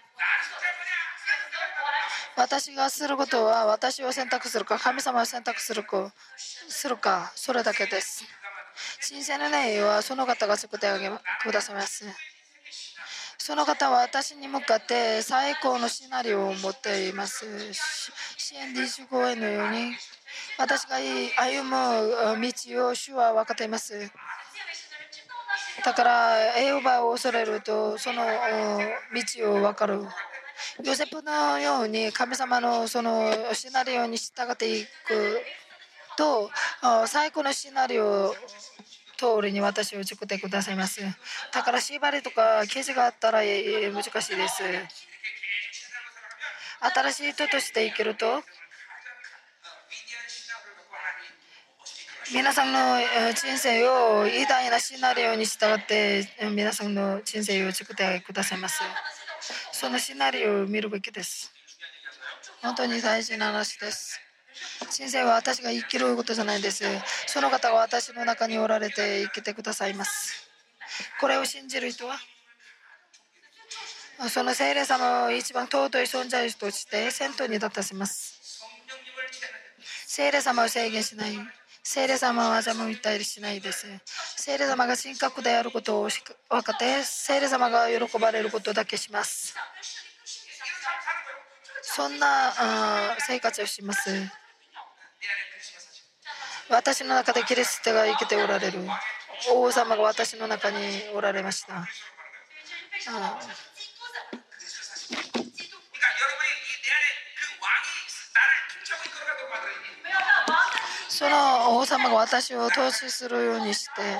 私がすることは私を選択するか、神様を選択するか、それだけです。人生の内容はその方が作ってあげくださいます。その方は私に向かって最高のシナリオを持っています。CND15 のように私が歩む道を主は分かっています。だからエホバを恐れるとその道を分かる。ヨセフのように神様のそのシナリオに従っていくと、最高のシナリオ通りに私を作ってくださいます。だから縛りとか刑事があったら難しいです。新しい人として生きると、皆さんの人生を偉大なシナリオに従って皆さんの人生を作ってくださいます。そのシナリオを見るべきです。本当に大事な話です。人生は私が生きることじゃないです。その方が私の中におられて生きてくださいます。これを信じる人は、その聖霊様を一番尊い存在として先頭に立たせます。聖霊様を制限しない。聖霊様は欺いたりしないです。聖霊様が神格であることを分かって、聖霊様が喜ばれることだけします。そんな生活をします。私の中でキリストが生きておられる。王様が私の中におられました。その王様が私を統治するように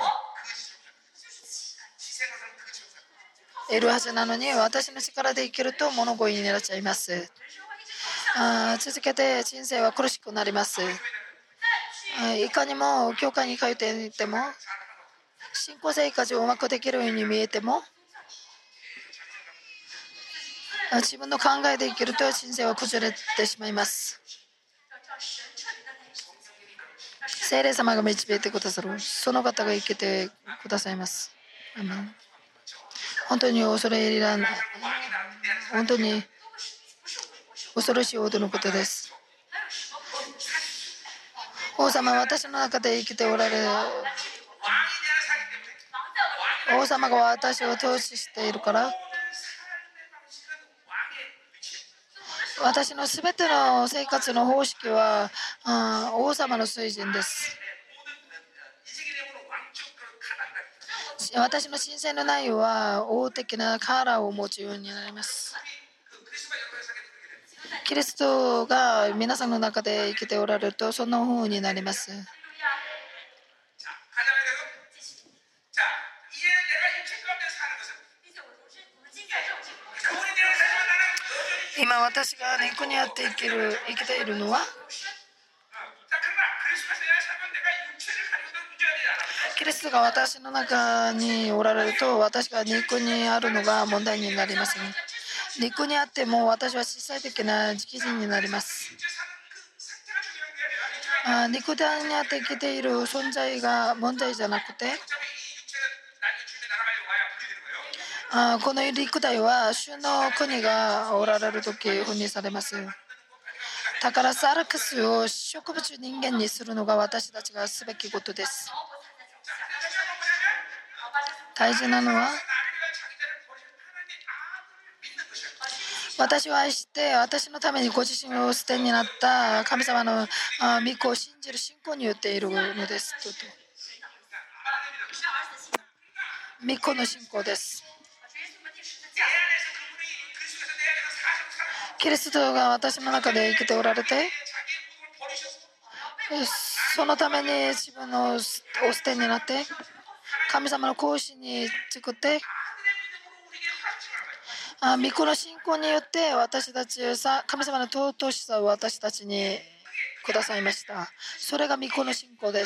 しているはずなのに、私の力で生きると物乞いになっちゃいます。続けて人生は苦しくなります。いかにも教会に通っていても、信仰生活をうまくできるように見えても、自分の考えで生きると人生は崩れてしまいます。聖霊様が導いてくださる、その方が生きてくださいます。本当に恐れ入りらない、本当に恐ろしいほどのことです。王様は私の中で生きておられ王様が私を統治しているから、私のすべての生活の方式は王様の水準です。私の神聖の内容は王的なカラーを持つようになります。キリストが皆さんの中で生きておられるとそんな風になります。今私が肉にあって生きているのは、キリストが私の中におられると私が肉にあるのが問題になります。肉にあっても私は実際的な自己人になります。肉体にあって生きている存在が問題じゃなくて、この肉体は主の国がおられるとき分離されます。だからサルクスを植物人間にするのが私たちがすべきことです。大事なのは、私を愛して私のためにご自身を捨てになった神様の御子を信じる信仰によっているのです。御子の信仰です。キリストが私の中で生きておられて、そのために自分をお捨てになって神様の行使に作って、御子の信仰によって私たち神様の尊しさを私たちにくださいました。それが御子の信仰です。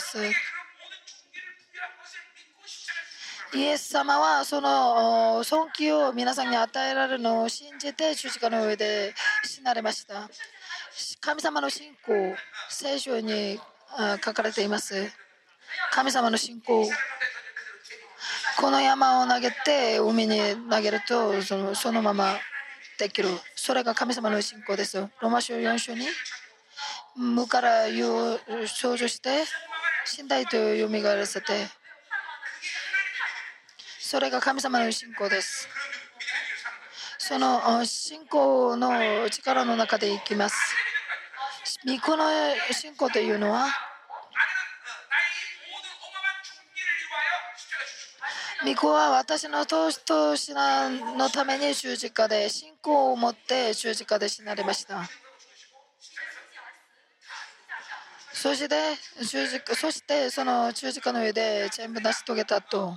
イエス様はその尊敬を皆さんに与えられるのを信じて十字架の上で死なれました。神様の信仰、聖書に書かれています。神様の信仰、この山を投げて海に投げるとそのままできる。それが神様の信仰です。ローマ書4章に無から有を創造して死んだ人をよみがえらせて、それが神様の信仰です。その信仰の力の中で生きます。御子の信仰というのは、御子は私の投資と死のために十字架で、信仰を持って十字架で死なれました。そしてその十字架の上で全部成し遂げたと。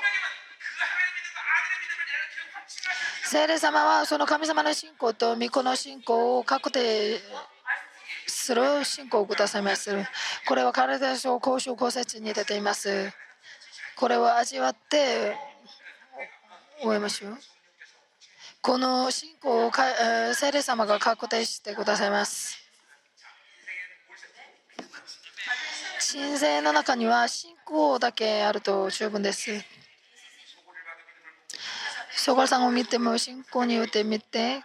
聖霊様はその神様の信仰と御子の信仰を確定する信仰をくださいます。これは体上交渉骨折に出ています。これを味わって終えましょう。この信仰を聖霊様が確定してくださいます。神聖の中には信仰だけあると十分です。ソガルさんを見ても信仰によって見て、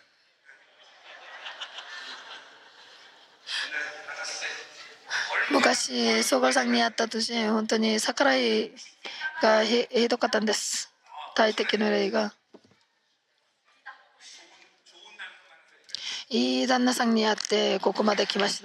昔ソガルさんに会った年、本当に逆らいがひどかったんです。大敵の霊が。いい旦那さんに会ってここまで来ました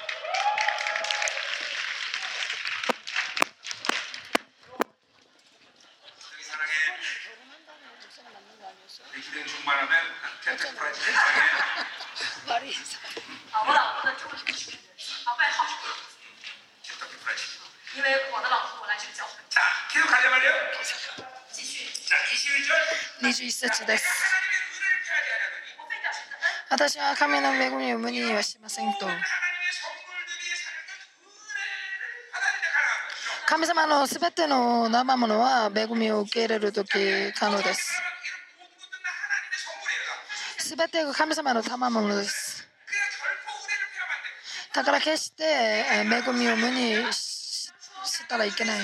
。21節です。私は神の恵みを無にはしませんと。神様のすべての生ものは恵みを受け入れるとき可能です。すべてが神様の賜物です。だから決して恵みを無にしたらいけない。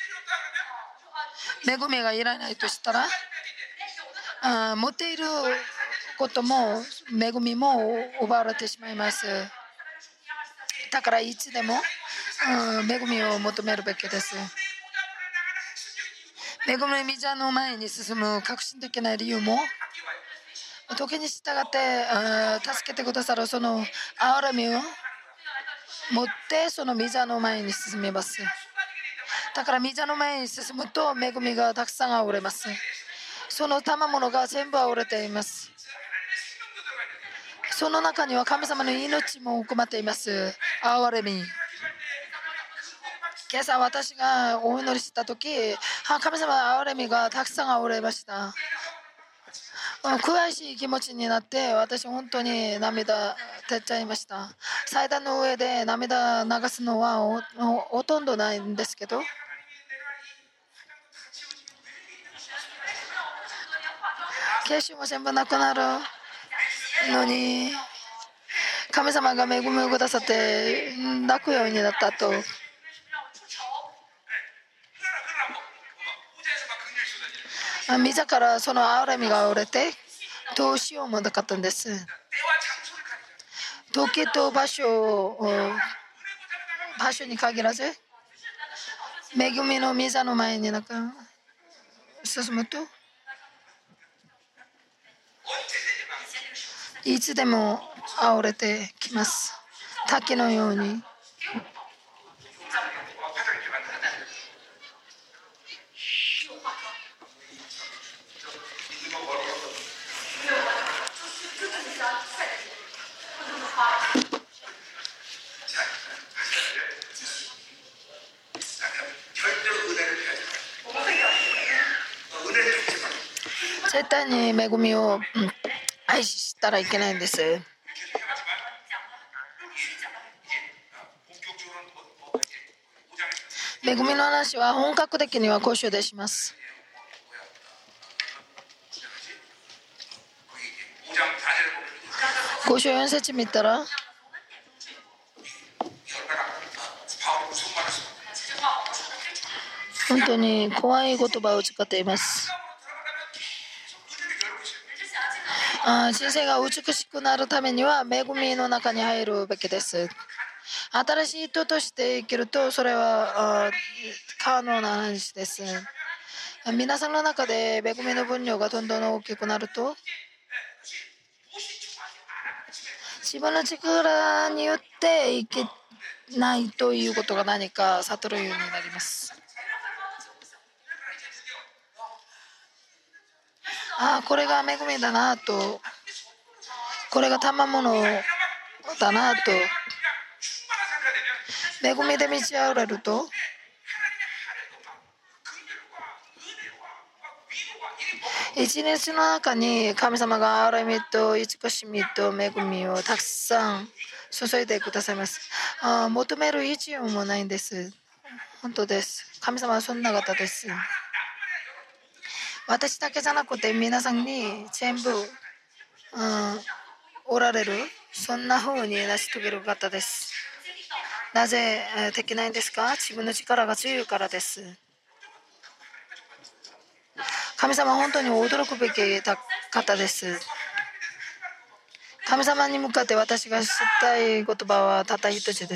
恵みがいらないとしたら、持っていることも恵みも奪われてしまいます。だからいつでも恵みを求めるべきです。 恵み座の前に進む革新的な理由も、時に従って助けてくださるその憐れみを持ってその御座の前に進みます。だから御座の前に進むと恵みがたくさんあふれます。その賜物が全部あふれています。その中には神様の命も含まっています。憐れみ。今朝私がお祈りしたとき、神様の憐れみがたくさんあふれました。悔しい気持ちになって私本当に涙出ちゃいました。祭壇の上で涙流すのはほとんどないんですけど、慶収も全部なくなるのに神様が恵みをくださって泣くようになったと、御座からその憐れみが溢れてどうしようもなかったんです。時と場所に限らず恵みの御座の前に進むといつでも溢れてきます。滝のように。絶対に恵みを愛したらいけないんです。恵みの話は本格的には交渉でします。交渉4節見たら本当に怖い言葉を使っています。人生が美しくなるためには恵みの中に入るべきです。新しい人として生きるとそれは可能な話です。皆さんの中で恵みの分量がどんどん大きくなると自分の力によっていけないということが何か悟るようになります。これが恵みだなと、これが賜物だなと、恵みで満ち溢れると一日の中に神様が憐れみと慈しみと恵みをたくさん注いでくださいます。求める必要もないんです。本当です。神様はそんな方です。私だけじゃなくて皆さんに全部、おられる、そんな風に成し遂げる方です。なぜできないんですか？自分の力が強いからです。神様は本当に驚くべき方です。神様に向かって私が知りたい言葉はたった一つです。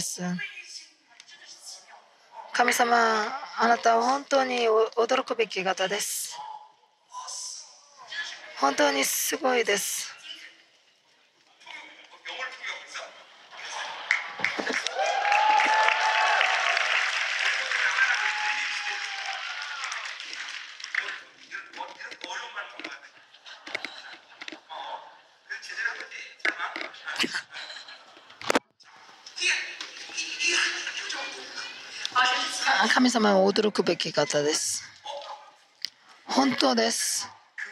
神様、あなたは本当に驚くべき方です。本当にすごいです。神様は驚くべき方です。本当です。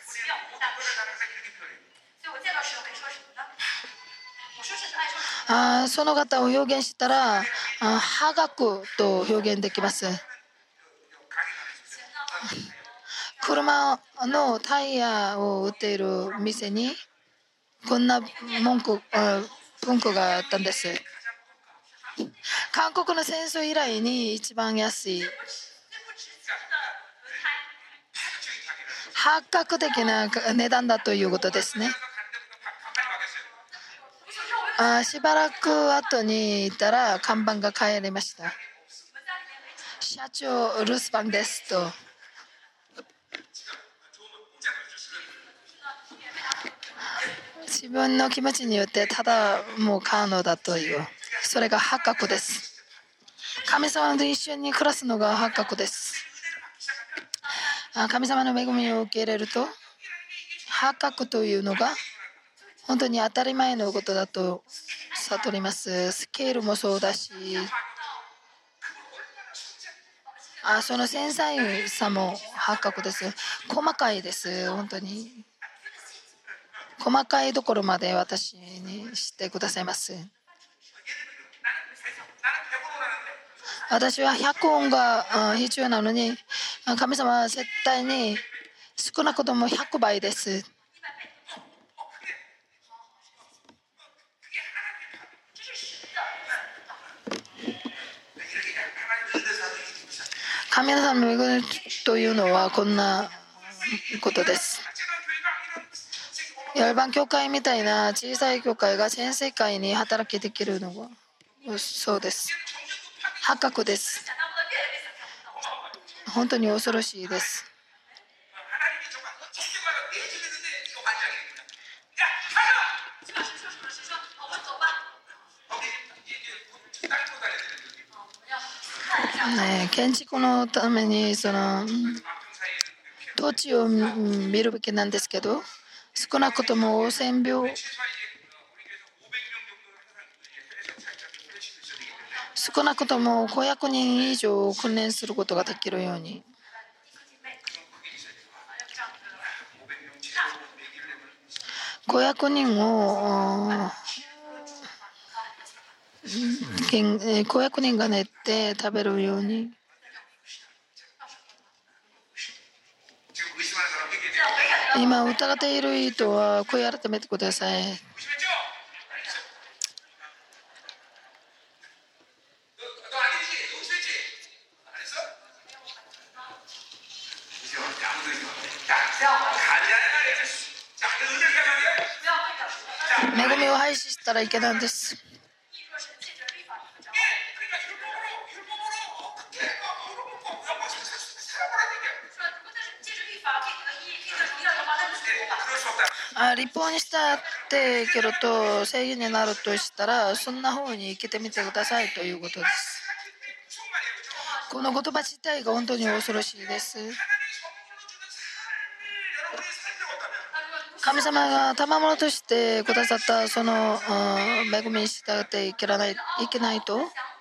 その方を表現したら破格と表現できます。車のタイヤを売っている店にこんな文句があったんです。韓国の戦争以来に一番安い破格的な値段だということですね。しばらく後に行ったら看板が変えられました。社長留守番ですと。 自分の気持ちによってただもう可能だという、それが発覚です。神様と一緒に暮らすのが発覚です。神様の恵みを受け入れると、発覚というのが本当に当たり前のことだと悟ります。スケールもそうだし、その繊細さも発覚です。細かいです。本当に細かいところまで私にしてくださいます。私は100音が必要なのに、神様は絶対に少なくとも100倍です。神様の恵みというのはこんなことです。ヤルバン教会みたいな小さい教会が全世界に働きできるのはそうです。破格です。本当に恐ろしいです。建築のためにその土地を見るべきなんですけど、少なくとも5000秒、少なくとも500人以上訓練することができるように、500人を500人が寝て食べるように。今疑っている人は悔い改めてください。恵みを廃止したらいけないんです。立法にしたってけどと正義になるとしたら、そんな風に生きてみてくださいということです。この言葉自体が本当に恐ろしいです。神様が賜物としてくださったその恵みに従っていけないと、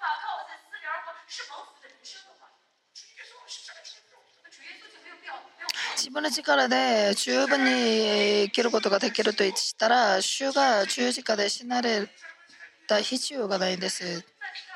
自分の力で十分に生きることができるとしたら、主が十字架で死なれた必要がないんです。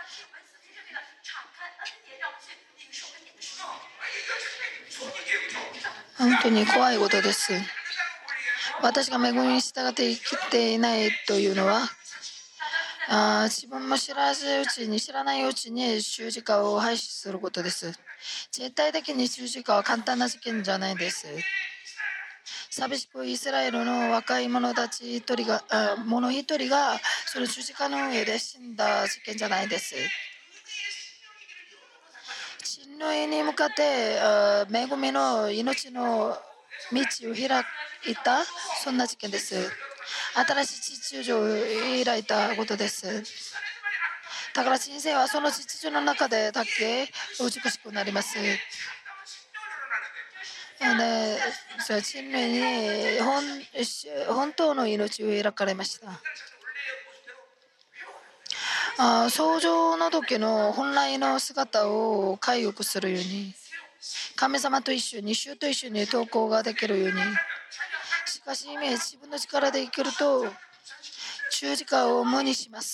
本当に怖いことです。私が恵みに従って生きていないというのは、自分も知らないうちに十字架を廃止することです。絶対的に十字架は簡単な事件じゃないです。寂しくイスラエルの若い者たち一人がその十字架の上で死んだ事件じゃないです。人類に向かって恵みの命の道を開いた、そんな事件です。新しい秩序を開いたことです。だから人生はその秩序の中でだけ美しくなります。人類に本当の命を開かれました。創造の時の本来の姿を回復するように、神様と一緒に、主と一緒に投稿ができるように。しかし自分の力で生きると十字架を無にします。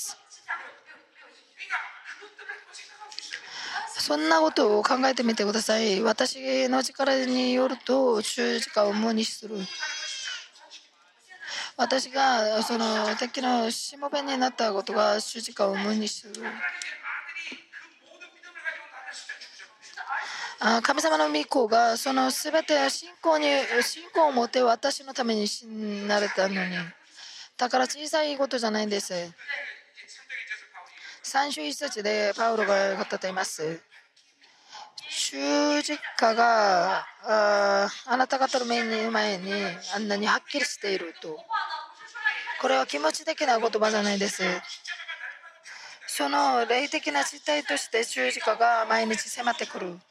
そんなことを考えてみてください。私の力によると十字架を無にする。私がその敵のしもべになったことが十字架を無にする。神様の御子がそのすべて信仰を持って私のために死なれたのに、だから小さいことじゃないんです。3章1節でパウロが語っています。十字架があなた方の目の前にあんなにはっきりしていると。 これは気持ち的な言葉じゃないです。その霊的な実態として十字架が毎日迫ってくる。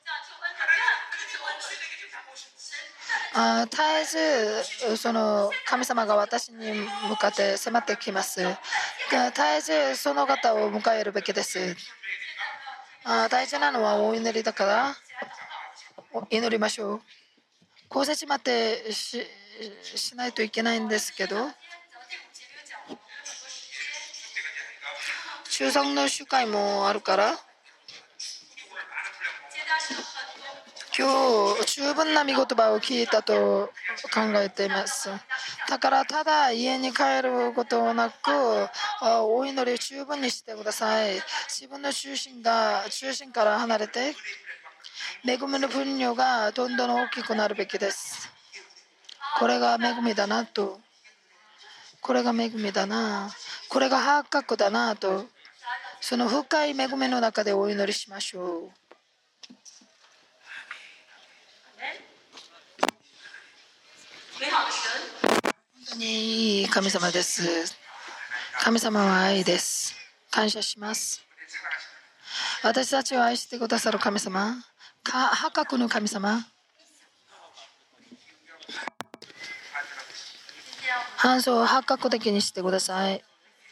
絶えずその神様が私に向かって迫ってきます。絶えずその方を迎えるべきです。大事なのはお祈りだから祈りましょう。こうせちまってしないといけないんですけど、中3の集会もあるから今日十分な御言葉を聞いたと考えています。だからただ家に帰ることなくお祈りを十分にしてください。自分の中心から離れて恵みの分量がどんどん大きくなるべきです。これが恵みだなと、これが恵みだな、これが発覚だなと、その深い恵みの中でお祈りしましょう。本当にいい神様です。神様は愛です。感謝します。私たちを愛してくださる神様、破格の神様、反相を破格的にしてください。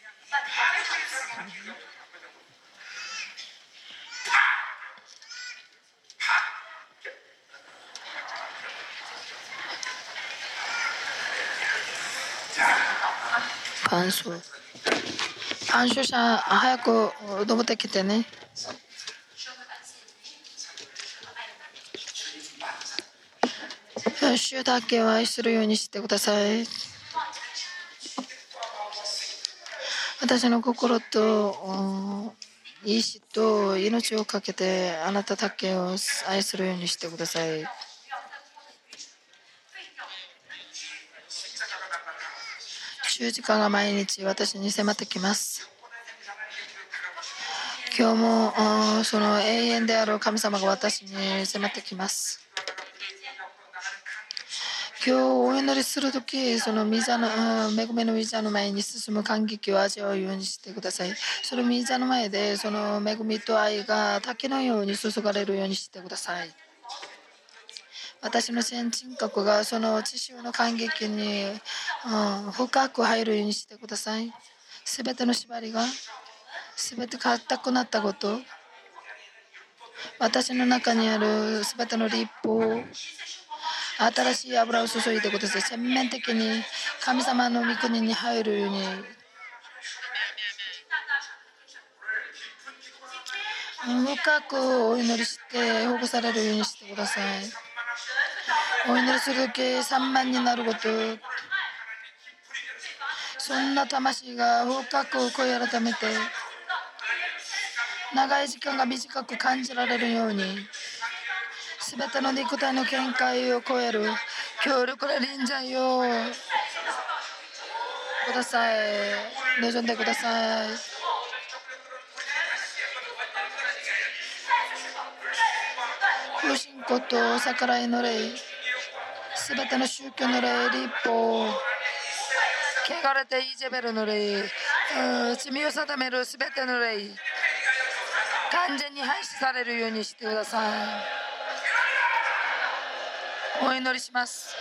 反証者早く登ってきてね。主だけを愛するようにしてください。私の心と意志と命をかけてあなただけを愛するようにしてください。十字架が毎日私に迫ってきます。今日もその永遠である神様が私に迫ってきます。今日お祈りするとき、その御座の恵みの御座の前に進む感激を味わうようにしてください。その御座の前でその恵みと愛が滝のように注がれるようにしてください。私の先人格がその知識の感激に、深く入るようにしてください。すべての縛りがすべて硬くなったこと、私の中にあるすべての立法、新しい油を注いでください。全面的に神様の御国に入るように、深くお祈りして保護されるようにしてください。お祈りするとき散漫になること、そんな魂が深く声を改めて長い時間が短く感じられるように、すべての肉体の見解を超える強力な臨在をください。望んでください。不信仰と逆らいの霊、すべての宗教の霊、立法、汚れてイージェベルの霊、罪を定めるすべての霊、完全に廃止されるようにしてください。お祈りします。